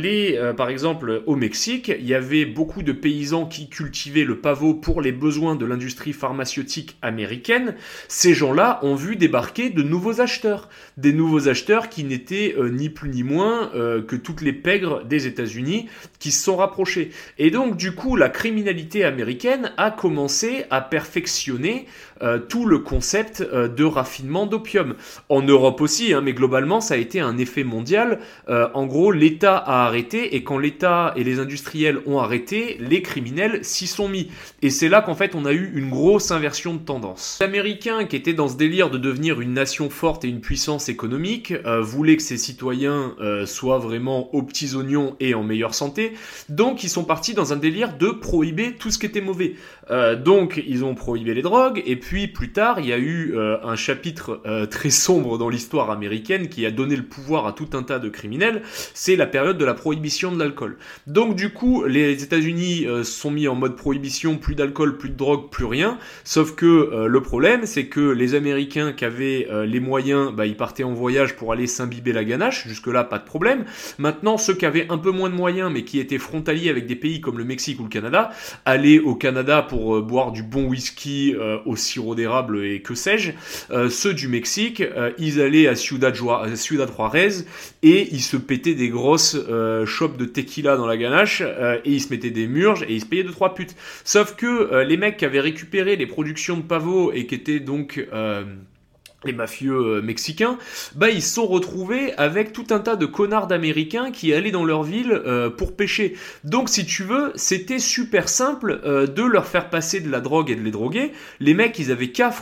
par exemple, au Mexique, il y avait beaucoup de paysans qui cultivaient le pavot pour les besoins de l'industrie pharmaceutique américaine. Ces gens-là ont vu débarquer de nouveaux acheteurs. Des nouveaux acheteurs qui n'étaient ni plus ni moins que toutes les pègres des États-Unis qui se sont rapprochés. Et donc, du coup, la criminalité américaine a commencé à perfectionner tout le concept de raffinement d'opium. En Europe aussi, mais globalement, ça a été un effet mondial. En gros, l'État a arrêté, et quand l'État et les industriels ont arrêté, les criminels s'y sont mis. Et c'est là qu'en fait, on a eu une grosse inversion de tendance. Les Américains, qui étaient dans ce délire de devenir une nation forte et une puissance économique, voulaient que ses citoyens soient vraiment aux petits oignons et en meilleure santé. Donc, ils sont partis dans un délire de prohiber tout ce qui était mauvais. Donc, ils ont prohibé les drogues, et puis plus tard, il y a eu un chapitre très sombre dans l'histoire américaine qui a donné le pouvoir à tout un tas de criminels. C'est la période de la prohibition de l'alcool. Donc du coup, les États-Unis se sont mis en mode prohibition, plus d'alcool, plus de drogue, plus rien. Sauf que le problème, c'est que les Américains qui avaient les moyens, ils partaient en voyage pour aller s'imbiber la ganache. Jusque-là, pas de problème. Maintenant, ceux qui avaient un peu moins de moyens, mais qui étaient frontaliers avec des pays comme le Mexique ou le Canada, allaient au Canada pour boire du bon whisky au sirop d'érable et que sais-je. Ceux du Mexique, ils allaient à Ciudad Juárez et ils se pétaient des grosses chopes de tequila dans la ganache et ils se mettaient des murges et ils se payaient 2-3 putes. Sauf que les mecs qui avaient récupéré les productions de pavot et qui étaient donc les mafieux mexicains, ils se sont retrouvés avec tout un tas de connards d'Américains qui allaient dans leur ville pour pêcher. Donc si tu veux, c'était super simple de leur faire passer de la drogue et de les droguer. Les mecs, ils avaient qu'à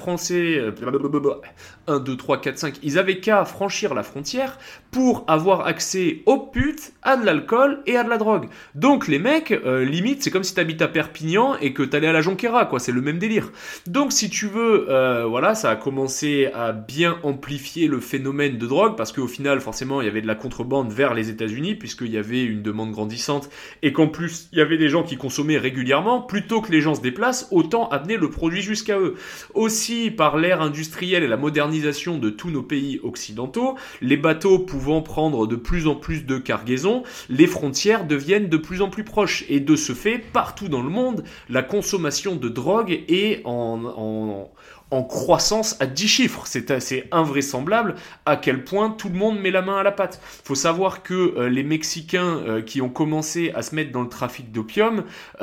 ils avaient qu'à franchir la frontière pour avoir accès aux putes, à de l'alcool et à de la drogue. Donc les mecs, limite, c'est comme si t'habites à Perpignan et que t'allais à la Jonquera, quoi, c'est le même délire. Donc si tu veux, ça a commencé à bien amplifier le phénomène de drogue, parce qu'au final, forcément, il y avait de la contrebande vers les États-Unis, puisqu'il y avait une demande grandissante, et qu'en plus, il y avait des gens qui consommaient régulièrement. Plutôt que les gens se déplacent, autant amener le produit jusqu'à eux. Aussi, par l'ère industrielle et la modernisation de tous nos pays occidentaux, les bateaux pouvant prendre de plus en plus de cargaisons, les frontières deviennent de plus en plus proches. Et de ce fait, partout dans le monde, la consommation de drogue est en en croissance à 10 chiffres. C'est assez invraisemblable à quel point tout le monde met la main à la pâte. Il faut savoir que les Mexicains qui ont commencé à se mettre dans le trafic d'opium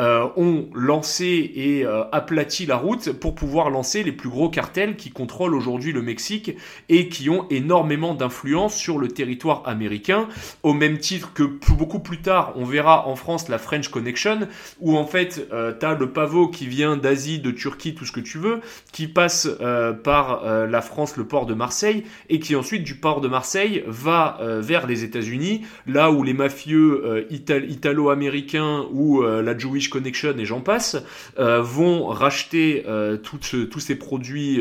ont lancé et aplati la route pour pouvoir lancer les plus gros cartels qui contrôlent aujourd'hui le Mexique et qui ont énormément d'influence sur le territoire américain, au même titre que beaucoup plus tard, on verra en France la French Connection, où en fait, t'as le pavot qui vient d'Asie, de Turquie, tout ce que tu veux, qui passe par la France, le port de Marseille, et qui ensuite du port de Marseille va vers les États-Unis, là où les mafieux italo-américains ou la Jewish Connection et j'en passe vont racheter tous ces produits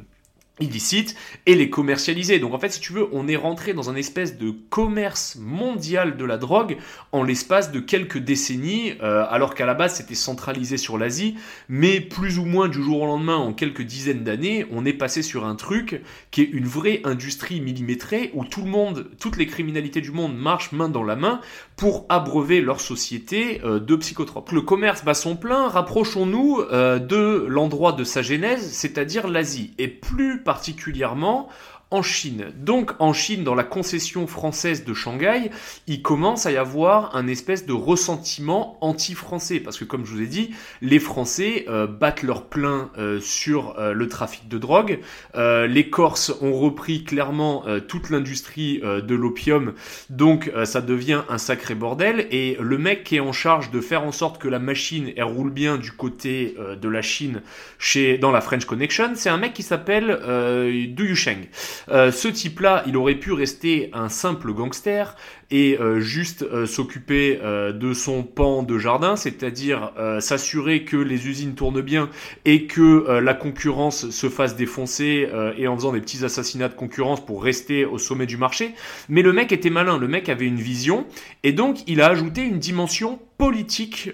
illicites et les commercialiser. Donc en fait, si tu veux, on est rentré dans un espèce de commerce mondial de la drogue en l'espace de quelques décennies, alors qu'à la base c'était centralisé sur l'Asie, mais plus ou moins du jour au lendemain, en quelques dizaines d'années, on est passé sur un truc qui est une vraie industrie millimétrée où tout le monde, toutes les criminalités du monde marchent main dans la main pour abreuver leur société de psychotropes. Le commerce bat son plein, rapprochons-nous de l'endroit de sa genèse, c'est-à-dire l'Asie, et plus particulièrement en Chine. Donc en Chine, dans la concession française de Shanghai, il commence à y avoir un espèce de ressentiment anti-français, parce que comme je vous ai dit, les Français battent leur plein sur le trafic de drogue. Les Corses ont repris clairement toute l'industrie de l'opium, donc ça devient un sacré bordel, et le mec qui est en charge de faire en sorte que la machine elle roule bien du côté de la Chine dans la French Connection, c'est un mec qui s'appelle Du Yusheng. Ce type-là, il aurait pu rester un simple gangster et juste s'occuper de son pan de jardin, c'est-à-dire s'assurer que les usines tournent bien et que la concurrence se fasse défoncer et en faisant des petits assassinats de concurrence pour rester au sommet du marché. Mais le mec était malin, le mec avait une vision et donc il a ajouté une dimension politique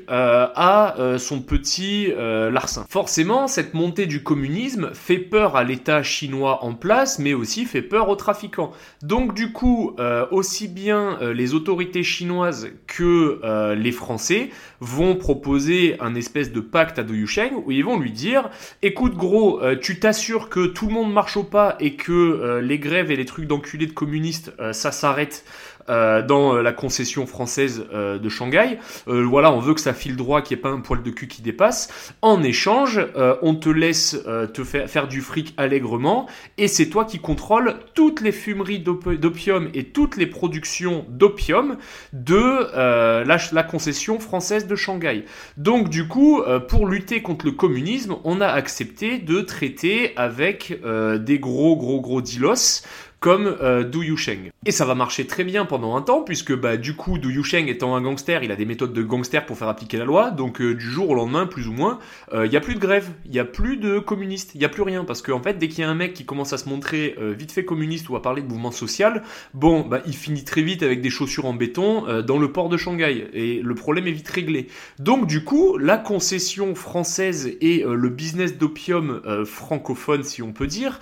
à son petit larcin. Forcément, cette montée du communisme fait peur à l'État chinois en place, mais aussi fait peur aux trafiquants. Donc du coup, aussi bien les autorités chinoises que les Français vont proposer un espèce de pacte à Du Yusheng où ils vont lui dire « Écoute gros, tu t'assures que tout le monde marche au pas et que les grèves et les trucs d'enculés de communistes, ça s'arrête dans la concession française de Shanghai. Voilà, on veut que ça file droit, qu'il n'y ait pas un poil de cul qui dépasse. En échange, on te laisse te faire du fric allègrement et c'est toi qui contrôles toutes les fumeries d'opium et toutes les productions d'opium de la concession française de Shanghai. Donc du coup, pour lutter contre le communisme, on a accepté de traiter avec des gros dealos comme Du Yusheng. Et ça va marcher très bien pendant un temps, puisque du coup, Du Yusheng étant un gangster, il a des méthodes de gangster pour faire appliquer la loi, donc du jour au lendemain, plus ou moins, il n'y a plus de grève, il n'y a plus de communistes, il n'y a plus rien, parce qu'en fait, dès qu'il y a un mec qui commence à se montrer vite fait communiste ou à parler de mouvement social, il finit très vite avec des chaussures en béton dans le port de Shanghai, et le problème est vite réglé. Donc du coup, la concession française et le business d'opium francophone, si on peut dire,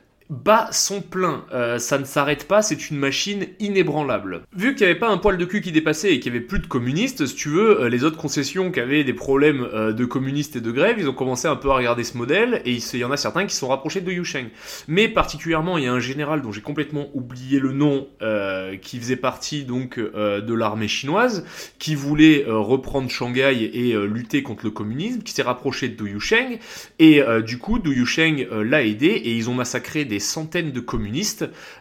bat son plein, ça ne s'arrête pas, c'est une machine inébranlable. Vu qu'il n'y avait pas un poil de cul qui dépassait et qu'il n'y avait plus de communistes, si tu veux, les autres concessions qui avaient des problèmes de communistes et de grève, ils ont commencé un peu à regarder ce modèle et il y en a certains qui se sont rapprochés de Du Yusheng. Mais particulièrement, il y a un général dont j'ai complètement oublié le nom, qui faisait partie donc de l'armée chinoise, qui voulait reprendre Shanghai et lutter contre le communisme, qui s'est rapproché de Du Yusheng et du coup, Du Yusheng l'a aidé et ils ont massacré des centaines de communistes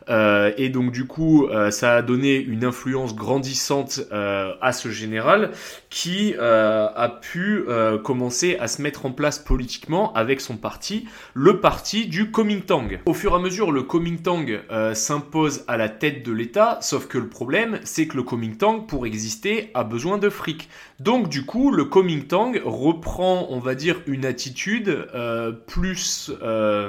et donc du coup ça a donné une influence grandissante à ce général qui a pu commencer à se mettre en place politiquement avec son parti, le parti du Kuomintang. Au fur et à mesure, le Kuomintang s'impose à la tête de l'État, sauf que le problème, c'est que le Kuomintang, pour exister, a besoin de fric. Donc du coup, le Kuomintang reprend, on va dire, une attitude plus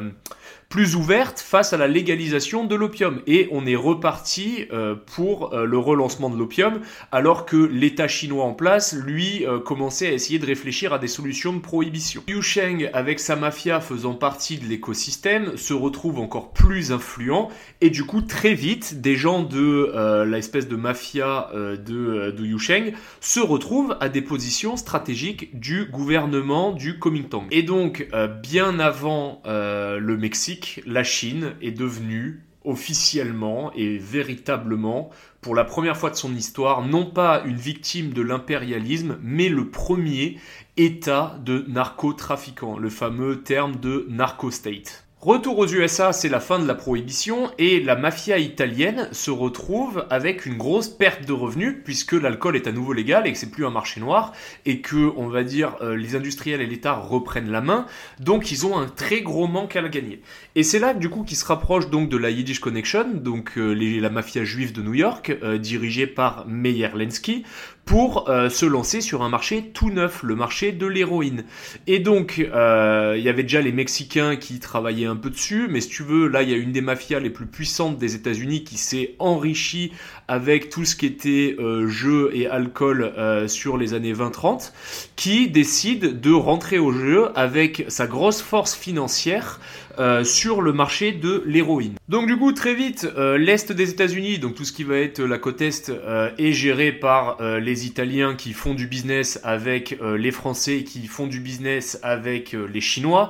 plus ouverte face à la légalisation de l'opium. Et on est reparti pour le relancement de l'opium, alors que l'État chinois en place, lui, commençait à essayer de réfléchir à des solutions de prohibition. Liu Sheng, avec sa mafia faisant partie de l'écosystème, se retrouve encore plus influent, et du coup, très vite, des gens de l'espèce de mafia de Liu Sheng se retrouvent à des positions stratégiques du gouvernement du Kuomintang. Et donc, bien avant le Mexique, la Chine est devenue officiellement et véritablement, pour la première fois de son histoire, non pas une victime de l'impérialisme, mais le premier État de narcotrafiquants, le fameux terme de narco-state. Retour aux USA, c'est la fin de la prohibition et la mafia italienne se retrouve avec une grosse perte de revenus puisque l'alcool est à nouveau légal et que c'est plus un marché noir et que, on va dire, les industriels et l'État reprennent la main, donc ils ont un très gros manque à la gagner. Et c'est là, du coup, qu'ils se rapprochent donc de la Yiddish Connection, donc la mafia juive de New York, dirigée par Meyer Lansky, pour se lancer sur un marché tout neuf, le marché de l'héroïne. Et donc, il y avait déjà les Mexicains qui travaillaient un peu dessus, mais si tu veux, là, il y a une des mafias les plus puissantes des États-Unis qui s'est enrichie avec tout ce qui était jeu et alcool sur les années 20-30, qui décide de rentrer au jeu avec sa grosse force financière sur le marché de l'héroïne. Donc du coup, très vite, l'Est des États-Unis, donc tout ce qui va être la côte Est, est géré par les Italiens qui font du business avec les Français qui font du business avec les Chinois,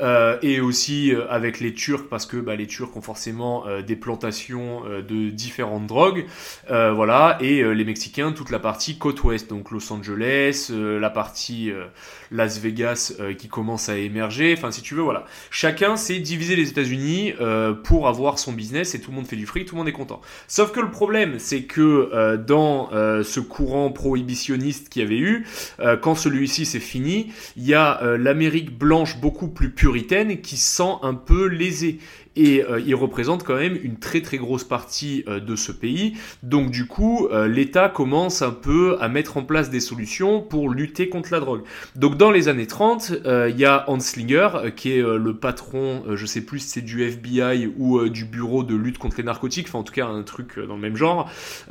et aussi avec les Turcs, parce que les Turcs ont forcément des plantations de différentes drogues, voilà, et les Mexicains, toute la partie côte Ouest, donc Los Angeles, la partie Las Vegas qui commence à émerger, enfin si tu veux, voilà. Chacun s'est divisé les États-Unis pour avoir son business et tout le monde fait du fric, tout le monde est content. Sauf que le problème, c'est que dans ce courant prohibitionniste qu'il y avait eu, quand celui-ci c'est fini, il y a l'Amérique blanche beaucoup plus puritaine qui se sent un peu lésée. Et il représente quand même une très très grosse partie de ce pays. Donc du coup, l'État commence un peu à mettre en place des solutions pour lutter contre la drogue. Donc dans les années 30, il y a Anslinger, qui est le patron, je sais plus si c'est du FBI ou du bureau de lutte contre les narcotiques, enfin en tout cas un truc dans le même genre,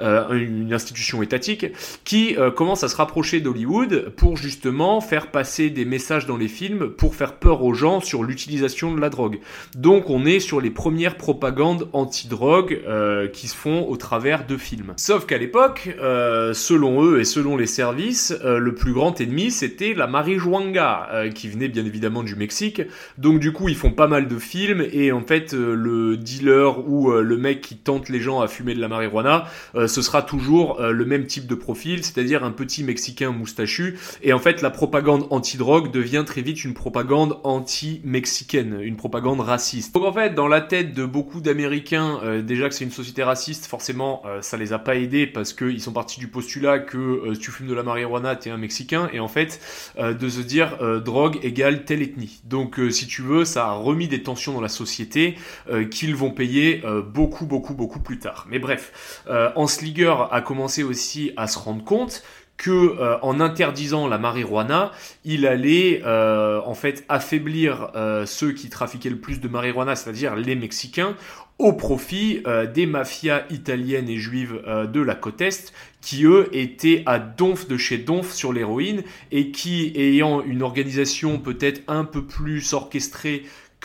une institution étatique, qui commence à se rapprocher d'Hollywood pour justement faire passer des messages dans les films pour faire peur aux gens sur l'utilisation de la drogue. Donc on est sur les premières propagandes anti-drogue qui se font au travers de films. Sauf qu'à l'époque, selon eux et selon les services, le plus grand ennemi c'était la marijuana qui venait bien évidemment du Mexique. Donc du coup ils font pas mal de films et en fait le dealer ou le mec qui tente les gens à fumer de la marijuana, ce sera toujours le même type de profil, c'est-à-dire un petit Mexicain moustachu. Et en fait la propagande anti-drogue devient très vite une propagande anti-mexicaine, une propagande raciste. Donc en fait dans la tête de beaucoup d'Américains, déjà que c'est une société raciste, forcément ça les a pas aidés parce qu'ils sont partis du postulat que si tu fumes de la marijuana t'es un Mexicain, et en fait de se dire drogue égale telle ethnie. Donc si tu veux, ça a remis des tensions dans la société qu'ils vont payer beaucoup plus tard. Mais bref, Anslinger a commencé aussi à se rendre compte que en interdisant la marijuana, il allait en fait affaiblir ceux qui trafiquaient le plus de marijuana, c'est-à-dire les Mexicains, au profit des mafias italiennes et juives de la côte Est, qui eux étaient à donf de chez donf sur l'héroïne et qui, ayant une organisation peut-être un peu plus orchestrée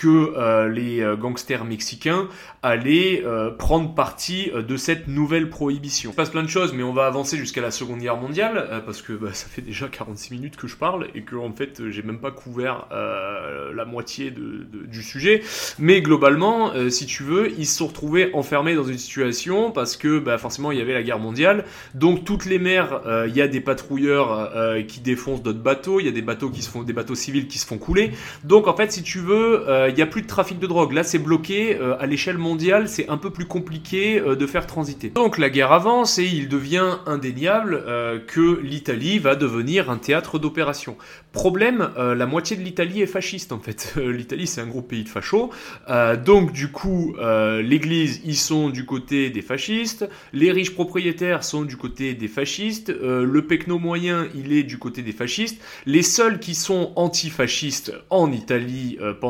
que les gangsters mexicains allaient prendre parti de cette nouvelle prohibition. Il se passe plein de choses, mais on va avancer jusqu'à la Seconde Guerre mondiale, parce que ça fait déjà 46 minutes que je parle, et que en fait j'ai même pas couvert la moitié du sujet. Mais globalement, si tu veux, ils se sont retrouvés enfermés dans une situation, parce que forcément il y avait la guerre mondiale, donc toutes les mers, il y a des patrouilleurs qui défoncent d'autres bateaux, il y a des bateaux des bateaux civils qui se font couler, donc en fait si tu veux, il n'y a plus de trafic de drogue. Là, c'est bloqué. À l'échelle mondiale, c'est un peu plus compliqué de faire transiter. Donc, la guerre avance et il devient indéniable que l'Italie va devenir un théâtre d'opération. Problème, la moitié de l'Italie est fasciste, en fait. L'Italie, c'est un gros pays de fachos. Donc, du coup, l'église, ils sont du côté des fascistes. Les riches propriétaires sont du côté des fascistes. Le pecno moyen, il est du côté des fascistes. Les seuls qui sont antifascistes en Italie pendant la Seconde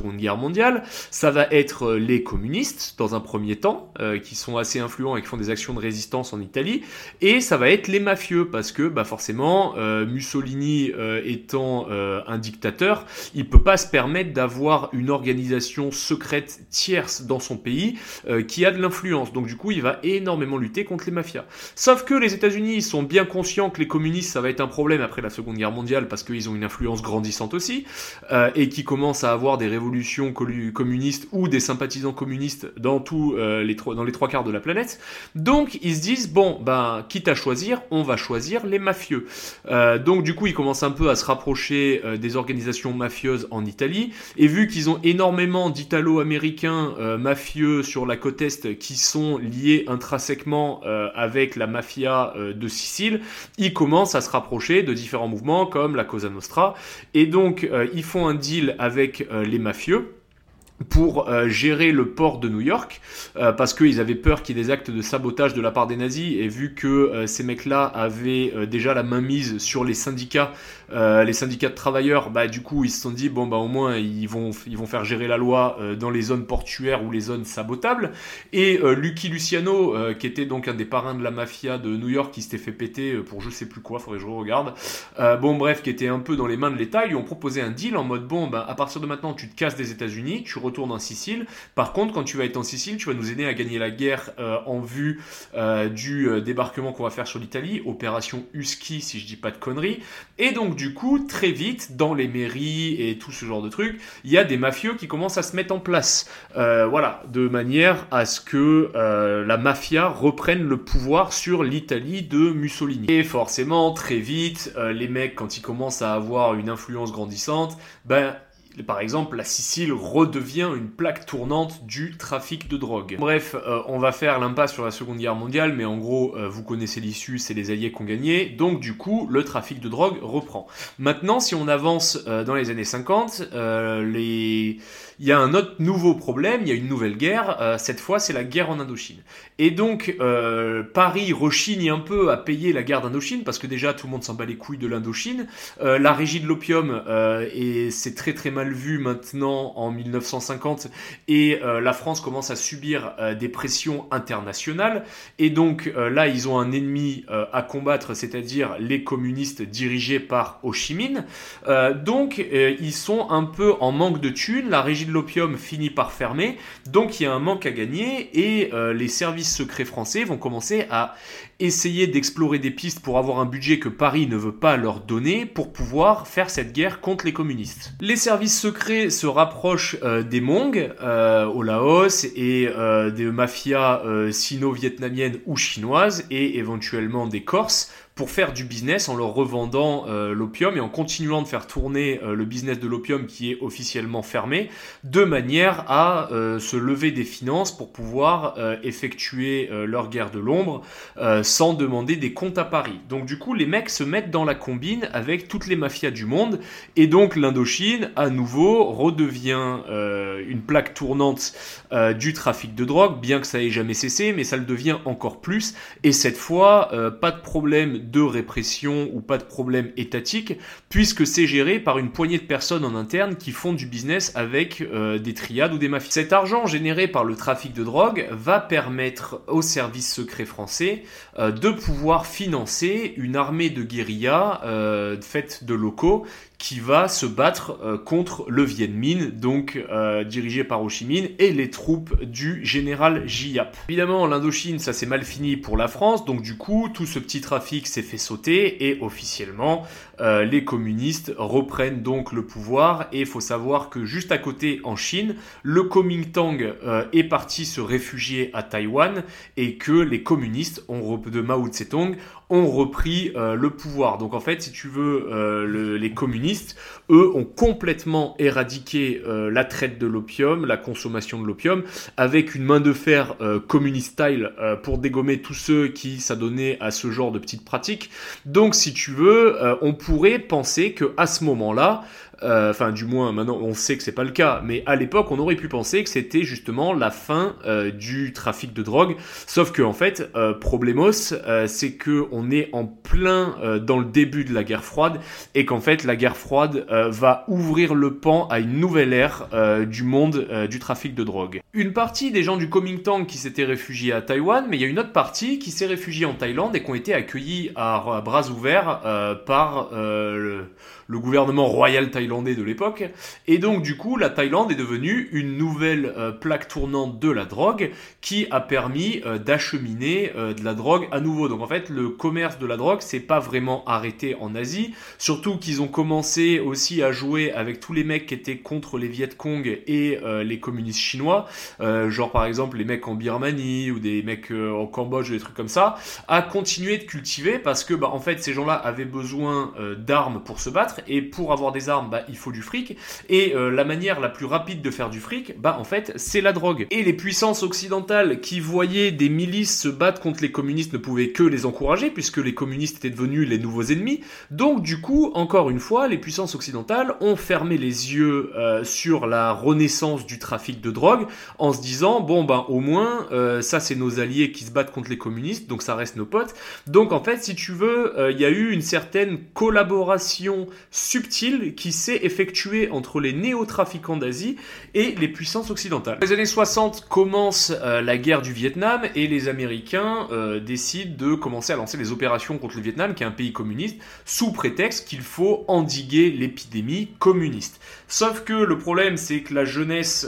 Seconde Guerre mondiale. Ça va être les communistes, dans un premier temps, qui sont assez influents et qui font des actions de résistance en Italie, et ça va être les mafieux, parce que forcément, Mussolini étant un dictateur, il peut pas se permettre d'avoir une organisation secrète tierce dans son pays qui a de l'influence. Donc du coup, il va énormément lutter contre les mafias. Sauf que les États-Unis sont bien conscients que les communistes, ça va être un problème après la Seconde Guerre mondiale, parce qu'ils ont une influence grandissante aussi, et qui commencent à avoir des révolutions communistes ou des sympathisants communistes dans les trois quarts de la planète. Donc ils se disent, quitte à choisir, on va choisir les mafieux. Donc du coup, ils commencent un peu à se rapprocher des organisations mafieuses en Italie, et vu qu'ils ont énormément d'Italo-Américains mafieux sur la côte Est qui sont liés intrinsèquement avec la mafia de Sicile, ils commencent à se rapprocher de différents mouvements comme la Cosa Nostra, et donc ils font un deal avec les mafieux pour gérer le port de New York, parce qu'ils avaient peur qu'il y ait des actes de sabotage de la part des nazis, et vu que ces mecs-là avaient déjà la mainmise sur les syndicats de travailleurs, du coup ils se sont dit au moins ils vont faire gérer la loi dans les zones portuaires ou les zones sabotables. Et Lucky Luciano, qui était donc un des parrains de la mafia de New York, qui s'était fait péter pour je sais plus quoi, faudrait que je regarde, qui était un peu dans les mains de l'État, ils lui ont proposé un deal en mode à partir de maintenant tu te casses des États-Unis, tu retournes en Sicile. Par contre, quand tu vas être en Sicile, tu vas nous aider à gagner la guerre en vue du débarquement qu'on va faire sur l'Italie, opération Husky si je dis pas de conneries. Et donc du coup, très vite, dans les mairies et tout ce genre de trucs, il y a des mafieux qui commencent à se mettre en place, de manière à ce que la mafia reprenne le pouvoir sur l'Italie de Mussolini. Et forcément, très vite, les mecs, quand ils commencent à avoir une influence grandissante, par exemple, la Sicile redevient une plaque tournante du trafic de drogue. Bref, on va faire l'impasse sur la Seconde Guerre mondiale, mais en gros, vous connaissez l'issue, c'est les Alliés qui ont gagné, donc du coup, le trafic de drogue reprend. Maintenant, si on avance dans les années 50, il y a un autre nouveau problème, il y a une nouvelle guerre, cette fois c'est la guerre en Indochine. Et donc, Paris rechigne un peu à payer la guerre d'Indochine, parce que déjà tout le monde s'en bat les couilles de l'Indochine. La régie de l'opium, et c'est très très mal vu maintenant en 1950, et la France commence à subir des pressions internationales, et donc là ils ont un ennemi à combattre, c'est-à-dire les communistes dirigés par Ho Chi Minh. Donc ils sont un peu en manque de thunes, la régie de l'opium finit par fermer, donc il y a un manque à gagner, et les services secrets français vont commencer à essayer d'explorer des pistes pour avoir un budget que Paris ne veut pas leur donner pour pouvoir faire cette guerre contre les communistes. Les services secrets se rapprochent des Hmong au Laos, et des mafias sino-vietnamiennes ou chinoises, et éventuellement des Corses, pour faire du business en leur revendant l'opium et en continuant de faire tourner le business de l'opium qui est officiellement fermé, de manière à se lever des finances pour pouvoir effectuer leur guerre de l'ombre sans demander des comptes à Paris. Donc du coup, les mecs se mettent dans la combine avec toutes les mafias du monde, et donc l'Indochine, à nouveau, redevient une plaque tournante du trafic de drogue, bien que ça ait jamais cessé, mais ça le devient encore plus, et cette fois, pas de problème de répression ou pas de problème étatique, puisque c'est géré par une poignée de personnes en interne qui font du business avec des triades ou des mafias. Cet argent généré par le trafic de drogue va permettre aux services secrets français de pouvoir financer une armée de guérilla faite de locaux qui va se battre contre le Viet Minh, donc dirigé par Ho Chi Minh, et les troupes du général Giap. Évidemment, l'Indochine, ça s'est mal fini pour la France, donc du coup, tout ce petit trafic s'est fait sauter, et officiellement, les communistes reprennent donc le pouvoir, et il faut savoir que juste à côté, en Chine, le Kuomintang est parti se réfugier à Taïwan, et que les communistes de Mao Tse-tung ont repris le pouvoir. Donc en fait, si tu veux, les communistes, eux, ont complètement éradiqué la traite de l'opium, la consommation de l'opium, avec une main de fer communiste style pour dégommer tous ceux qui s'adonnaient à ce genre de petites pratiques. Donc si tu veux, on pourrait penser qu'à ce moment-là, enfin du moins maintenant on sait que c'est pas le cas, mais à l'époque on aurait pu penser que c'était justement la fin du trafic de drogue, sauf que en fait, problemos, c'est que on est en plein dans le début de la guerre froide, et qu'en fait la guerre froide va ouvrir le pan à une nouvelle ère du monde du trafic de drogue. Une partie des gens du Kuomintang qui s'étaient réfugiés à Taïwan, mais il y a une autre partie qui s'est réfugiée en Thaïlande et qui ont été accueillis à bras ouverts par le gouvernement royal thaïlandais de l'époque. Et donc du coup la Thaïlande est devenue une nouvelle plaque tournante de la drogue qui a permis d'acheminer de la drogue à nouveau. Donc en fait le commerce de la drogue s'est pas vraiment arrêté en Asie, surtout qu'ils ont commencé aussi à jouer avec tous les mecs qui étaient contre les Viet Cong et les communistes chinois, genre par exemple les mecs en Birmanie ou des mecs au Cambodge ou des trucs comme ça, à continuer de cultiver parce que en fait ces gens-là avaient besoin d'armes pour se battre, et pour avoir des armes il faut du fric, et la manière la plus rapide de faire du fric en fait c'est la drogue. Et les puissances occidentales qui voyaient des milices se battre contre les communistes ne pouvaient que les encourager puisque les communistes étaient devenus les nouveaux ennemis. Donc du coup encore une fois les puissances occidentales ont fermé les yeux sur la renaissance du trafic de drogue en se disant au moins ça c'est nos alliés qui se battent contre les communistes, donc ça reste nos potes. Donc en fait si tu veux il y a eu une certaine collaboration subtile qui s'est effectuée entre les néo-trafiquants d'Asie et les puissances occidentales. Dans les années 60 commence la guerre du Vietnam et les Américains décident de commencer à lancer des opérations contre le Vietnam qui est un pays communiste sous prétexte qu'il faut endiguer l'épidémie communiste. Sauf que le problème c'est que la jeunesse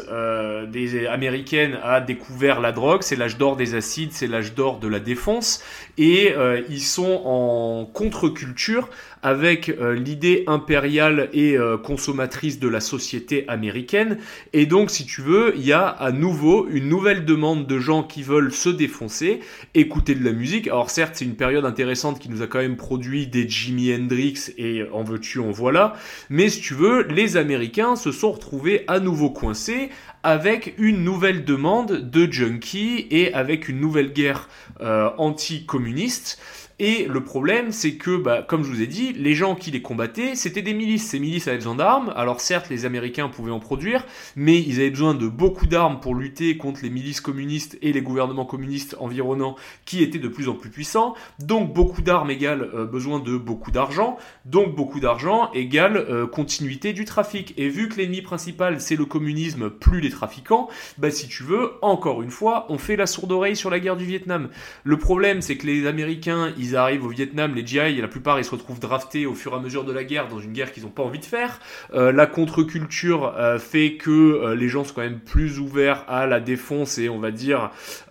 des américaines a découvert la drogue, c'est l'âge d'or des acides, c'est l'âge d'or de la défense, et ils sont en contre-culture avec l'idée impériale et consommatrice de la société américaine. Et donc, si tu veux, il y a à nouveau une nouvelle demande de gens qui veulent se défoncer, écouter de la musique. Alors certes, c'est une période intéressante qui nous a quand même produit des Jimi Hendrix et en veux-tu, en voilà. Mais si tu veux, les Américains se sont retrouvés à nouveau coincés avec une nouvelle demande de junkies et avec une nouvelle guerre anti-communiste. Et le problème, c'est que, comme je vous ai dit, les gens qui les combattaient, c'était des milices. Ces milices avaient besoin d'armes. Alors certes, les Américains pouvaient en produire, mais ils avaient besoin de beaucoup d'armes pour lutter contre les milices communistes et les gouvernements communistes environnants qui étaient de plus en plus puissants. Donc beaucoup d'armes égale besoin de beaucoup d'argent. Donc beaucoup d'argent égale continuité du trafic. Et vu que l'ennemi principal, c'est le communisme, plus les trafiquants, si tu veux, encore une fois, on fait la sourde oreille sur la guerre du Vietnam. Le problème, c'est que les Américains, ils arrivent au Vietnam, les GI, et la plupart ils se retrouvent draftés au fur et à mesure de la guerre dans une guerre qu'ils n'ont pas envie de faire. La contre-culture fait que les gens sont quand même plus ouverts à la défense et on va dire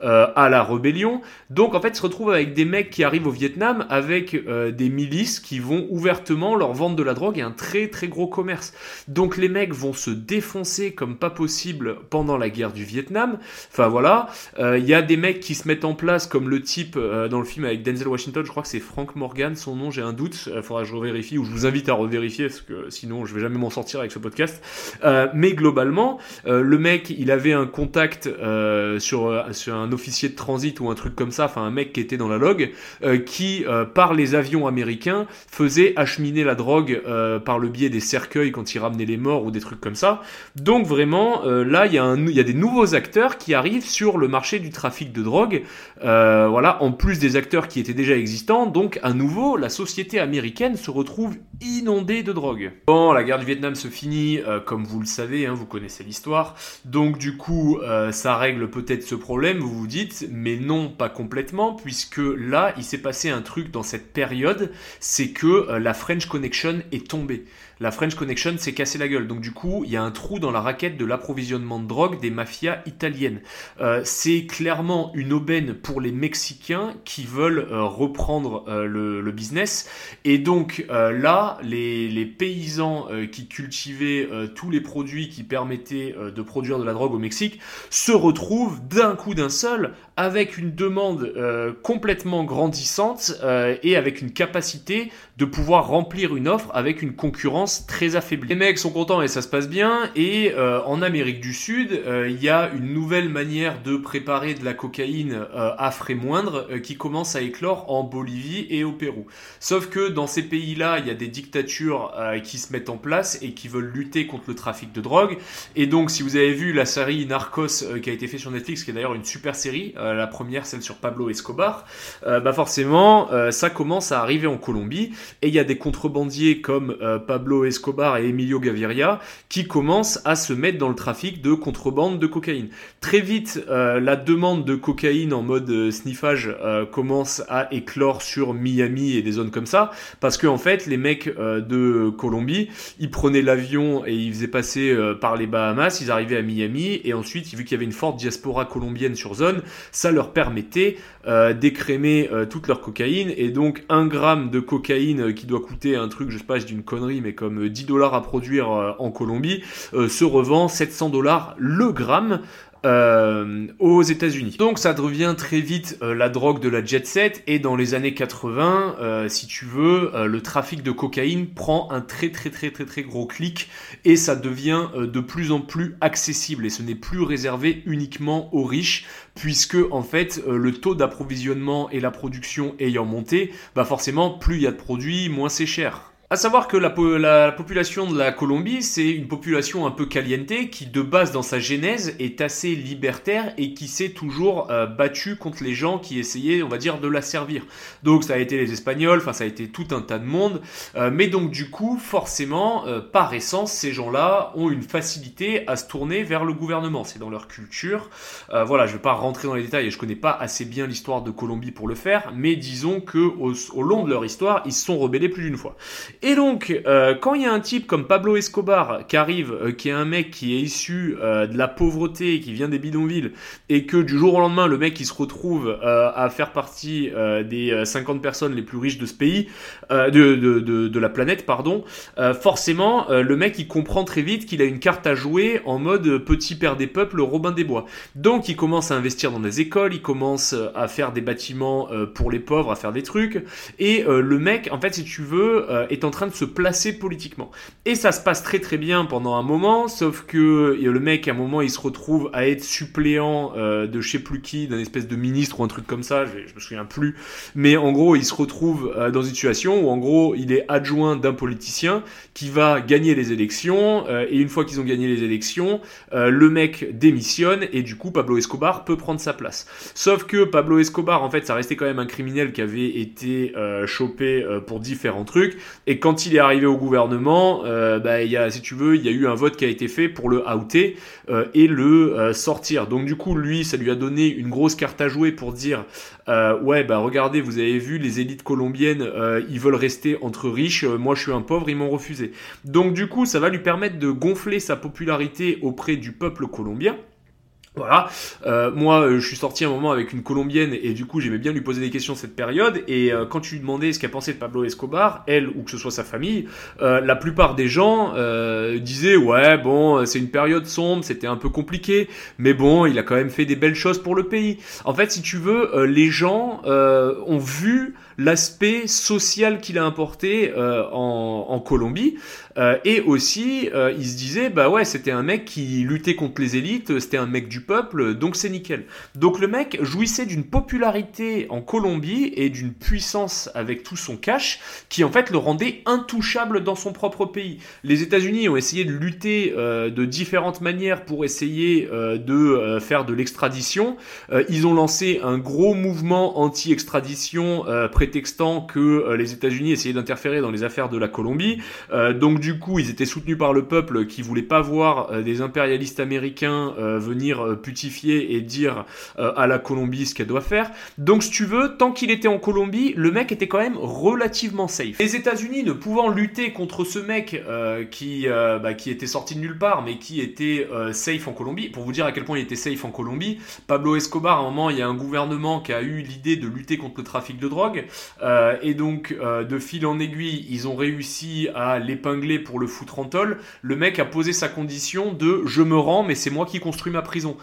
à la rébellion. Donc en fait ils se retrouvent avec des mecs qui arrivent au Vietnam avec des milices qui vont ouvertement leur vendre de la drogue et un très très gros commerce. Donc les mecs vont se défoncer comme pas possible pendant la guerre du Vietnam. Enfin voilà, il y a des mecs qui se mettent en place comme le type dans le film avec Denzel Washington, je crois que c'est Frank Morgan, son nom, j'ai un doute, faudra que je revérifie, ou je vous invite à revérifier, parce que sinon je vais jamais m'en sortir avec ce podcast. Mais globalement, le mec, il avait un contact sur un officier de transit ou un truc comme ça, enfin un mec qui était dans la log, qui, par les avions américains, faisait acheminer la drogue par le biais des cercueils quand ils ramenaient les morts ou des trucs comme ça. Donc vraiment, là, il y a des nouveaux acteurs qui arrivent sur le marché du trafic de drogue, voilà, en plus des acteurs qui étaient déjà existants. Donc à nouveau la société américaine se retrouve inondée de drogue. Bon, la guerre du Vietnam se finit, comme vous le savez, vous connaissez l'histoire, donc du coup ça règle peut-être ce problème, vous vous dites, mais non, pas complètement, puisque là il s'est passé un truc dans cette période, c'est que la French Connection est tombée. La French Connection s'est cassé la gueule. Donc du coup, il y a un trou dans la raquette de l'approvisionnement de drogue des mafias italiennes. C'est clairement une aubaine pour les Mexicains qui veulent reprendre le business. Et donc là, les paysans qui cultivaient tous les produits qui permettaient de produire de la drogue au Mexique se retrouvent d'un coup d'un seul avec une demande complètement grandissante et avec une capacité de pouvoir remplir une offre avec une concurrence commence très affaiblie. Les mecs sont contents et ça se passe bien, et en Amérique du Sud, il y a une nouvelle manière de préparer de la cocaïne à frais moindres qui commence à éclore en Bolivie et au Pérou. Sauf que dans ces pays-là, il y a des dictatures qui se mettent en place et qui veulent lutter contre le trafic de drogue. Et donc, si vous avez vu la série Narcos qui a été faite sur Netflix, qui est d'ailleurs une super série, la première, celle sur Pablo Escobar, forcément, ça commence à arriver en Colombie, et il y a des contrebandiers comme Pablo Escobar et Emilio Gaviria qui commencent à se mettre dans le trafic de contrebande de cocaïne. Très vite, la demande de cocaïne en mode sniffage commence à éclore sur Miami et des zones comme ça, parce que en fait, les mecs de Colombie, ils prenaient l'avion et ils faisaient passer par les Bahamas, ils arrivaient à Miami, et ensuite, vu qu'il y avait une forte diaspora colombienne sur zone, ça leur permettait d'écrémer toute leur cocaïne, et donc 1 gramme de cocaïne qui doit coûter un truc, je sais pas, je dis une connerie, mais comme $10 à produire en Colombie, se revend $700 le gramme aux États-Unis. Donc ça devient très vite la drogue de la jet set, et dans les années 80, si tu veux, le trafic de cocaïne prend un très gros clic, et ça devient de plus en plus accessible, et ce n'est plus réservé uniquement aux riches, puisque en fait le taux d'approvisionnement et la production ayant monté, forcément plus il y a de produits, moins c'est cher. À savoir que la population de la Colombie, c'est une population un peu caliente qui, de base dans sa genèse, est assez libertaire et qui s'est toujours battue contre les gens qui essayaient, on va dire, de la servir. Donc ça a été les Espagnols, ça a été tout un tas de monde, mais donc du coup, forcément, par essence, ces gens-là ont une facilité à se tourner vers le gouvernement. C'est dans leur culture. Voilà, je vais pas rentrer dans les détails, et je connais pas assez bien l'histoire de Colombie pour le faire, mais disons que au long de leur histoire, ils se sont rebellés plus d'une fois. Et donc, quand il y a un type comme Pablo Escobar qui arrive, qui est un mec qui est issu de la pauvreté, qui vient des bidonvilles, et que du jour au lendemain, le mec il se retrouve à faire partie des 50 personnes les plus riches de ce pays, de la planète, pardon, forcément, le mec il comprend très vite qu'il a une carte à jouer en mode petit père des peuples, Robin des Bois. Donc, il commence à investir dans des écoles, il commence à faire des bâtiments pour les pauvres, à faire des trucs, et le mec, en fait, si tu veux, est en train de se placer politiquement. Et ça se passe très bien pendant un moment, sauf que le mec, à un moment, il se retrouve à être suppléant de je sais plus qui, d'un espèce de ministre ou un truc comme ça, je me souviens plus, mais en gros, il se retrouve dans une situation où, en gros, il est adjoint d'un politicien qui va gagner les élections, et une fois qu'ils ont gagné les élections, le mec démissionne, et du coup, Pablo Escobar peut prendre sa place. Sauf que Pablo Escobar, en fait, ça restait quand même un criminel qui avait été chopé pour différents trucs, et quand il est arrivé au gouvernement, si tu veux, il y a eu un vote qui a été fait pour le outer et le sortir. Donc du coup, lui, ça lui a donné une grosse carte à jouer pour dire regardez, vous avez vu, les élites colombiennes, ils veulent rester entre riches, moi je suis un pauvre, ils m'ont refusé. Donc du coup, ça va lui permettre de gonfler sa popularité auprès du peuple colombien. Voilà, moi je suis sorti un moment avec une Colombienne, et du coup j'aimais bien lui poser des questions cette période, et quand tu lui demandais ce qu'elle pensait de Pablo Escobar, elle ou que ce soit sa famille, la plupart des gens disaient c'est une période sombre, c'était un peu compliqué, mais bon, il a quand même fait des belles choses pour le pays. En fait, si tu veux, les gens ont vu l'aspect social qu'il a apporté en Colombie, et aussi il se disait c'était un mec qui luttait contre les élites, c'était un mec du peuple, donc c'est nickel. Donc le mec jouissait d'une popularité en Colombie et d'une puissance avec tout son cash qui en fait le rendait intouchable dans son propre pays. Les États-Unis ont essayé de lutter de différentes manières pour essayer de faire de l'extradition. Ils ont lancé un gros mouvement anti-extradition prétextant que les États-Unis essayaient d'interférer dans les affaires de la Colombie. Donc du coup, ils étaient soutenus par le peuple qui voulait pas voir des impérialistes américains venir putifier et dire à la Colombie ce qu'elle doit faire. Donc si tu veux, tant qu'il était en Colombie, le mec était quand même relativement safe. Les États-Unis ne pouvant lutter contre ce mec qui était sorti de nulle part, mais qui était safe en Colombie. Pour vous dire à quel point il était safe en Colombie, Pablo Escobar, à un moment, il y a un gouvernement qui a eu l'idée de lutter contre le trafic de drogue, et donc de fil en aiguille, ils ont réussi à l'épingler pour le foutre en tôle. Le mec a posé sa condition de « je me rends, mais c'est moi qui construis ma prison ».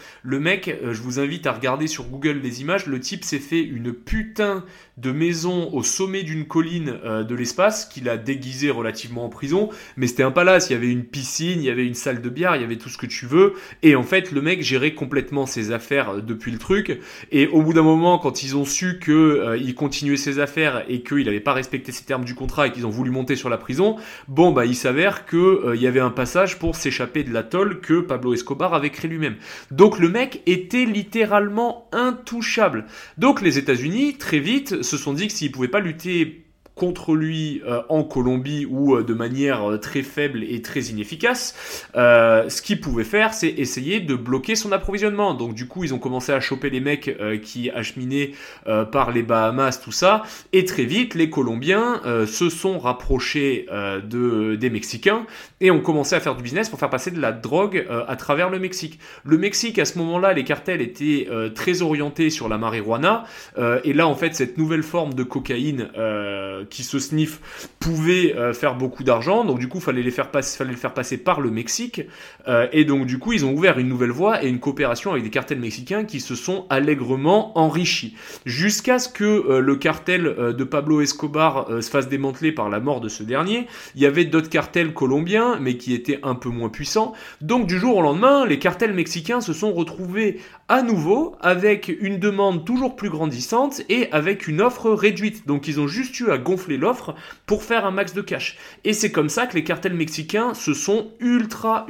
Le mec, je vous invite à regarder sur Google les images, le type s'est fait une putain de maison au sommet d'une colline de l'espace, qu'il a déguisé relativement en prison, mais c'était un palace, il y avait une piscine, il y avait une salle de billard, il y avait tout ce que tu veux, et en fait le mec gérait complètement ses affaires depuis le truc, et au bout d'un moment, quand ils ont su qu'il continuait ses affaires et qu'il n'avait pas respecté ses termes du contrat et qu'ils ont voulu monter sur la prison, bon bah il s'avère qu'il y avait un passage pour s'échapper de l'atoll que Pablo Escobar avait créé lui-même. Donc le mec était littéralement intouchable. Donc les États-Unis, très vite, se sont dit que s'ils pouvaient pas lutter contre lui en Colombie ou de manière très faible et très inefficace, ce qu'ils pouvaient faire, c'est essayer de bloquer son approvisionnement. Donc du coup, ils ont commencé à choper les mecs qui acheminaient par les Bahamas, tout ça, et très vite, les Colombiens se sont rapprochés des Mexicains et ont commencé à faire du business pour faire passer de la drogue à travers le Mexique. Le Mexique, à ce moment-là, les cartels étaient très orientés sur la marijuana, et là, en fait, cette nouvelle forme de cocaïne qui se sniff pouvait faire beaucoup d'argent, donc du coup fallait le faire passer par le Mexique, et donc du coup ils ont ouvert une nouvelle voie et une coopération avec des cartels mexicains qui se sont allègrement enrichis, jusqu'à ce que le cartel de Pablo Escobar se fasse démanteler par la mort de ce dernier. Il y avait d'autres cartels colombiens mais qui étaient un peu moins puissants, donc du jour au lendemain les cartels mexicains se sont retrouvés à nouveau avec une demande toujours plus grandissante et avec une offre réduite, donc ils ont juste eu à gonfler l'offre pour faire un max de cash. Et c'est comme ça que les cartels mexicains se sont ultra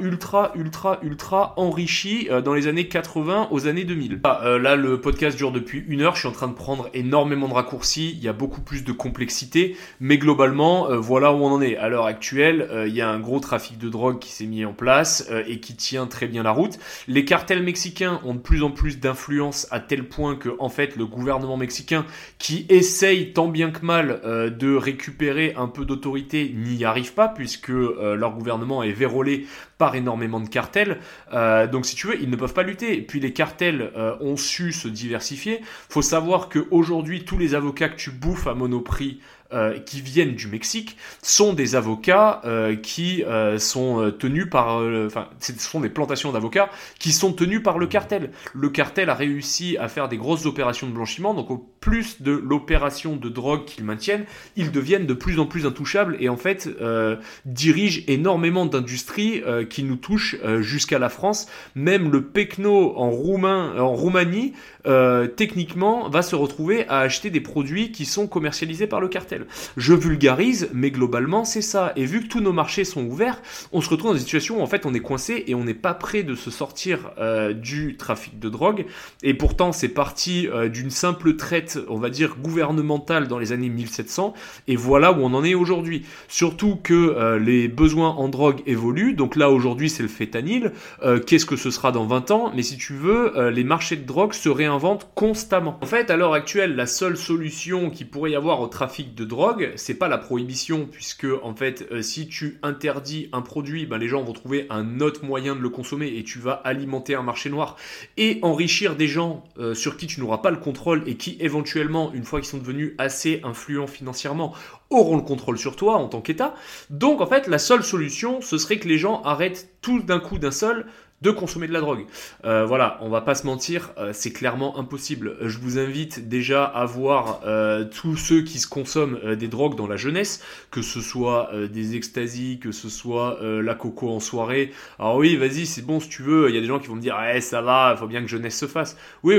enrichis dans les années 80 aux années 2000. Là, le podcast dure depuis 1 heure, je suis en train de prendre énormément de raccourcis, il y a beaucoup plus de complexité, mais globalement, voilà où on en est. À l'heure actuelle, il y a un gros trafic de drogue qui s'est mis en place et qui tient très bien la route. Les cartels mexicains ont de plus en plus d'influence à tel point que, en fait, le gouvernement mexicain, qui essaye tant bien que mal de récupérer un peu d'autorité, n'y arrive pas, puisque leur gouvernement est vérolé par énormément de cartels, donc si tu veux, ils ne peuvent pas lutter. Et puis les cartels ont su se diversifier. Faut savoir qu'aujourd'hui, tous les avocats que tu bouffes à Monoprix qui viennent du Mexique sont des avocats qui sont tenus par... ce sont des plantations d'avocats qui sont tenus par le cartel. Le cartel a réussi à faire des grosses opérations de blanchiment, donc au plus de l'opération de drogue qu'ils maintiennent, ils deviennent de plus en plus intouchables et en fait dirigent énormément d'industries qui nous touchent jusqu'à la France. Même le Pecno en Roumanie, techniquement, va se retrouver à acheter des produits qui sont commercialisés par le cartel. Je vulgarise, mais globalement, c'est ça. Et vu que tous nos marchés sont ouverts, on se retrouve dans une situation où en fait on est coincé et on n'est pas prêt de se sortir du trafic de drogue. Et pourtant, c'est parti d'une simple traite, on va dire, gouvernementale dans les années 1700. Et voilà où on en est aujourd'hui. Surtout que les besoins en drogue évoluent. Donc là, aujourd'hui, c'est le fentanyl. Qu'est-ce que ce sera dans 20 ans? Mais si tu veux, les marchés de drogue se réinventent constamment. En fait, à l'heure actuelle, la seule solution qu'il pourrait y avoir au trafic de drogue, c'est pas la prohibition, puisque en fait, si tu interdis un produit, les gens vont trouver un autre moyen de le consommer et tu vas alimenter un marché noir et enrichir des gens sur qui tu n'auras pas le contrôle et qui éventuellement, une fois qu'ils sont devenus assez influents financièrement, auront le contrôle sur toi en tant qu'État. Donc en fait, la seule solution, ce serait que les gens arrêtent tout d'un coup d'un seul de consommer de la drogue. Voilà, on va pas se mentir, c'est clairement impossible. Je vous invite déjà à voir tous ceux qui se consomment des drogues dans la jeunesse, que ce soit des ecstasy, que ce soit la coco en soirée. Alors oui, vas-y, c'est bon si tu veux, il y a des gens qui vont me dire « ça va, il faut bien que jeunesse se fasse ». Oui,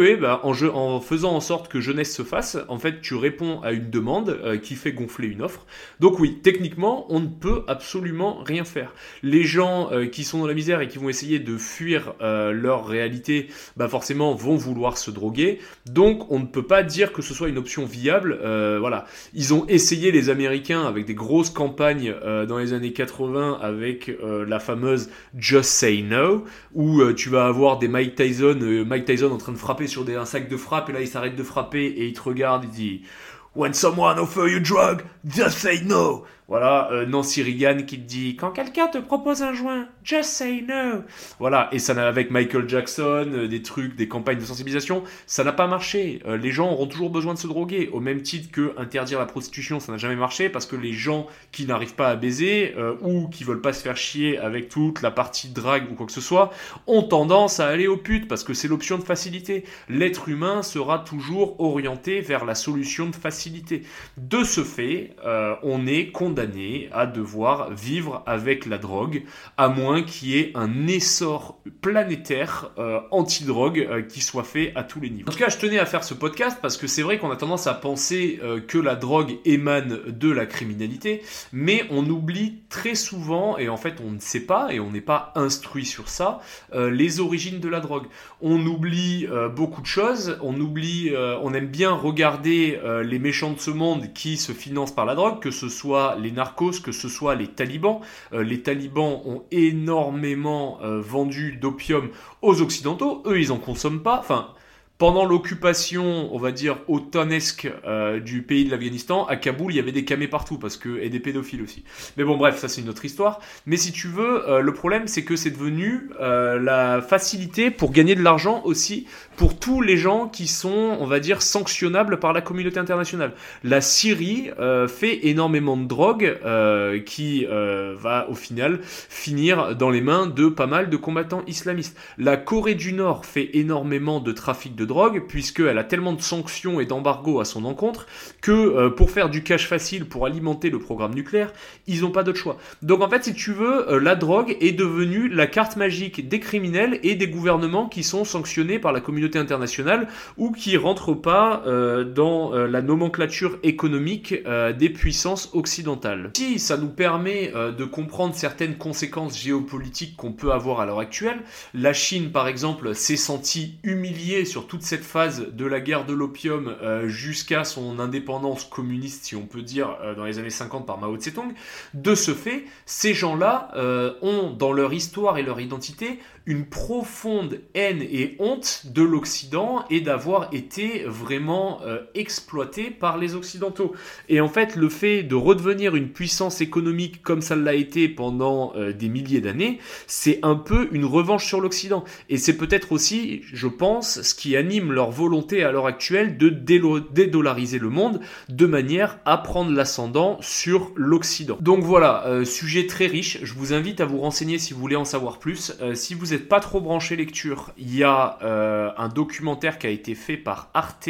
en faisant en sorte que jeunesse se fasse, en fait, tu réponds à une demande qui fait gonfler une offre. Donc oui, techniquement, on ne peut absolument rien faire. Les gens qui sont dans la misère et qui vont essayer de fuir leur réalité, forcément vont vouloir se droguer. Donc on ne peut pas dire que ce soit une option viable. Voilà, ils ont essayé, les Américains, avec des grosses campagnes dans les années 80 avec la fameuse Just Say No, où tu vas avoir des Mike Tyson en train de frapper sur un sac de frappe, et là il s'arrête de frapper et il te regarde, il dit When someone offer you drug, just say no. Voilà, Nancy Reagan qui te dit « Quand quelqu'un te propose un joint, just say no ». Voilà, et ça n'a, avec Michael Jackson, des trucs, des campagnes de sensibilisation, ça n'a pas marché. Les gens auront toujours besoin de se droguer, au même titre que interdire la prostitution, ça n'a jamais marché, parce que les gens qui n'arrivent pas à baiser, ou qui veulent pas se faire chier avec toute la partie drague ou quoi que ce soit, ont tendance à aller aux putes, parce que c'est l'option de facilité. L'être humain sera toujours orienté vers la solution de facilité. De ce fait, on est condamné à devoir vivre avec la drogue, à moins qu'il y ait un essor planétaire anti-drogue qui soit fait à tous les niveaux. En tout cas, je tenais à faire ce podcast parce que c'est vrai qu'on a tendance à penser que la drogue émane de la criminalité, mais on oublie très souvent, et en fait on ne sait pas, et on n'est pas instruit sur ça, les origines de la drogue. On oublie beaucoup de choses, on aime bien regarder les méchants de ce monde qui se financent par la drogue, que ce soit les narcos, que ce soit les talibans. Les talibans ont énormément vendu d'opium aux occidentaux. Eux, ils en consomment pas. Enfin, pendant l'occupation, on va dire, otanesque du pays de l'Afghanistan, à Kaboul, il y avait des camés partout, et des pédophiles aussi. Mais bon, bref, ça c'est une autre histoire. Mais si tu veux, le problème, c'est que c'est devenu la facilité pour gagner de l'argent aussi pour tous les gens qui sont, on va dire, sanctionnables par la communauté internationale. La Syrie fait énormément de drogue qui va au final finir dans les mains de pas mal de combattants islamistes. La Corée du Nord fait énormément de trafic de drogue puisqu'elle a tellement de sanctions et d'embargos à son encontre que pour faire du cash facile, pour alimenter le programme nucléaire, ils n'ont pas d'autre choix. Donc en fait, si tu veux, la drogue est devenue la carte magique des criminels et des gouvernements qui sont sanctionnés par la communauté internationale ou qui rentrent pas dans la nomenclature économique des puissances occidentales. Si ça nous permet de comprendre certaines conséquences géopolitiques qu'on peut avoir à l'heure actuelle, la Chine par exemple s'est sentie humiliée sur toute cette phase de la guerre de l'opium jusqu'à son indépendance communiste, si on peut dire, dans les années 50 par Mao Tse-tung. De ce fait, ces gens-là ont dans leur histoire et leur identité une profonde haine et honte de l'Occident et d'avoir été vraiment exploité par les Occidentaux. Et en fait, le fait de redevenir une puissance économique comme ça l'a été pendant des milliers d'années, c'est un peu une revanche sur l'Occident. Et c'est peut-être aussi, je pense, ce qui anime leur volonté à l'heure actuelle de dédollariser le monde de manière à prendre l'ascendant sur l'Occident. Donc voilà, sujet très riche. Je vous invite à vous renseigner si vous voulez en savoir plus. Si vous n'êtes pas trop branché lecture, il y a un documentaire qui a été fait par Arte.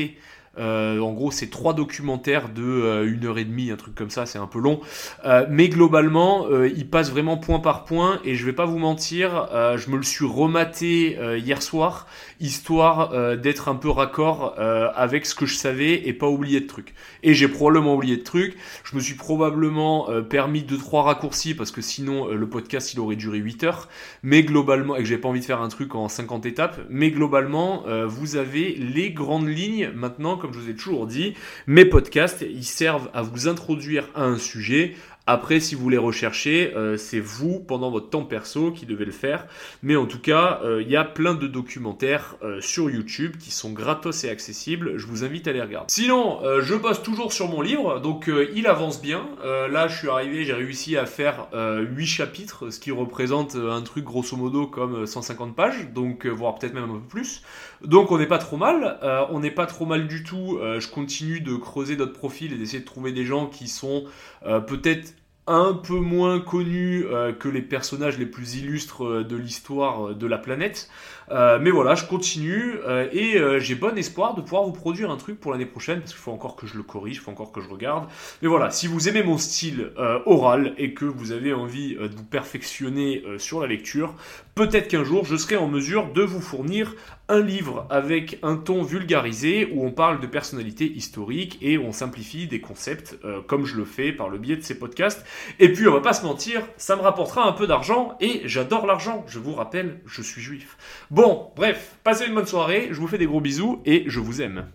En gros, c'est 3 documentaires de 1h30, un truc comme ça, c'est un peu long. Mais globalement, il passe vraiment point par point. Et je vais pas vous mentir, je me le suis rematé hier soir, histoire d'être un peu raccord avec ce que je savais et pas oublier de trucs. Et j'ai probablement oublié de trucs. Je me suis probablement permis 2-3 raccourcis parce que sinon le podcast il aurait duré 8 heures. Mais globalement, et que j'ai pas envie de faire un truc en 50 étapes. Mais globalement, vous avez les grandes lignes maintenant. Comme je vous ai toujours dit, mes podcasts, ils servent à vous introduire à un sujet. Après, si vous les recherchez, c'est vous, pendant votre temps perso, qui devez le faire. Mais en tout cas, il y a plein de documentaires sur YouTube qui sont gratos et accessibles. Je vous invite à les regarder. Sinon, je bosse toujours sur mon livre, donc il avance bien. Là, je suis arrivé, j'ai réussi à faire 8 chapitres, ce qui représente un truc grosso modo comme 150 pages, donc voire peut-être même un peu plus. Donc on n'est pas trop mal. On n'est pas trop mal du tout. Je continue de creuser d'autres profils et d'essayer de trouver des gens qui sont peut-être un peu moins connus que les personnages les plus illustres de l'histoire de la planète. Mais voilà, je continue et j'ai bon espoir de pouvoir vous produire un truc pour l'année prochaine parce qu'il faut encore que je le corrige, il faut encore que je regarde. Mais voilà, si vous aimez mon style oral et que vous avez envie de vous perfectionner sur la lecture, peut-être qu'un jour je serai en mesure de vous fournir un livre avec un ton vulgarisé où on parle de personnalités historiques et où on simplifie des concepts comme je le fais par le biais de ces podcasts. Et puis on va pas se mentir, ça me rapportera un peu d'argent et j'adore l'argent, je vous rappelle, je suis juif. Bon, bref, passez une bonne soirée, je vous fais des gros bisous et je vous aime.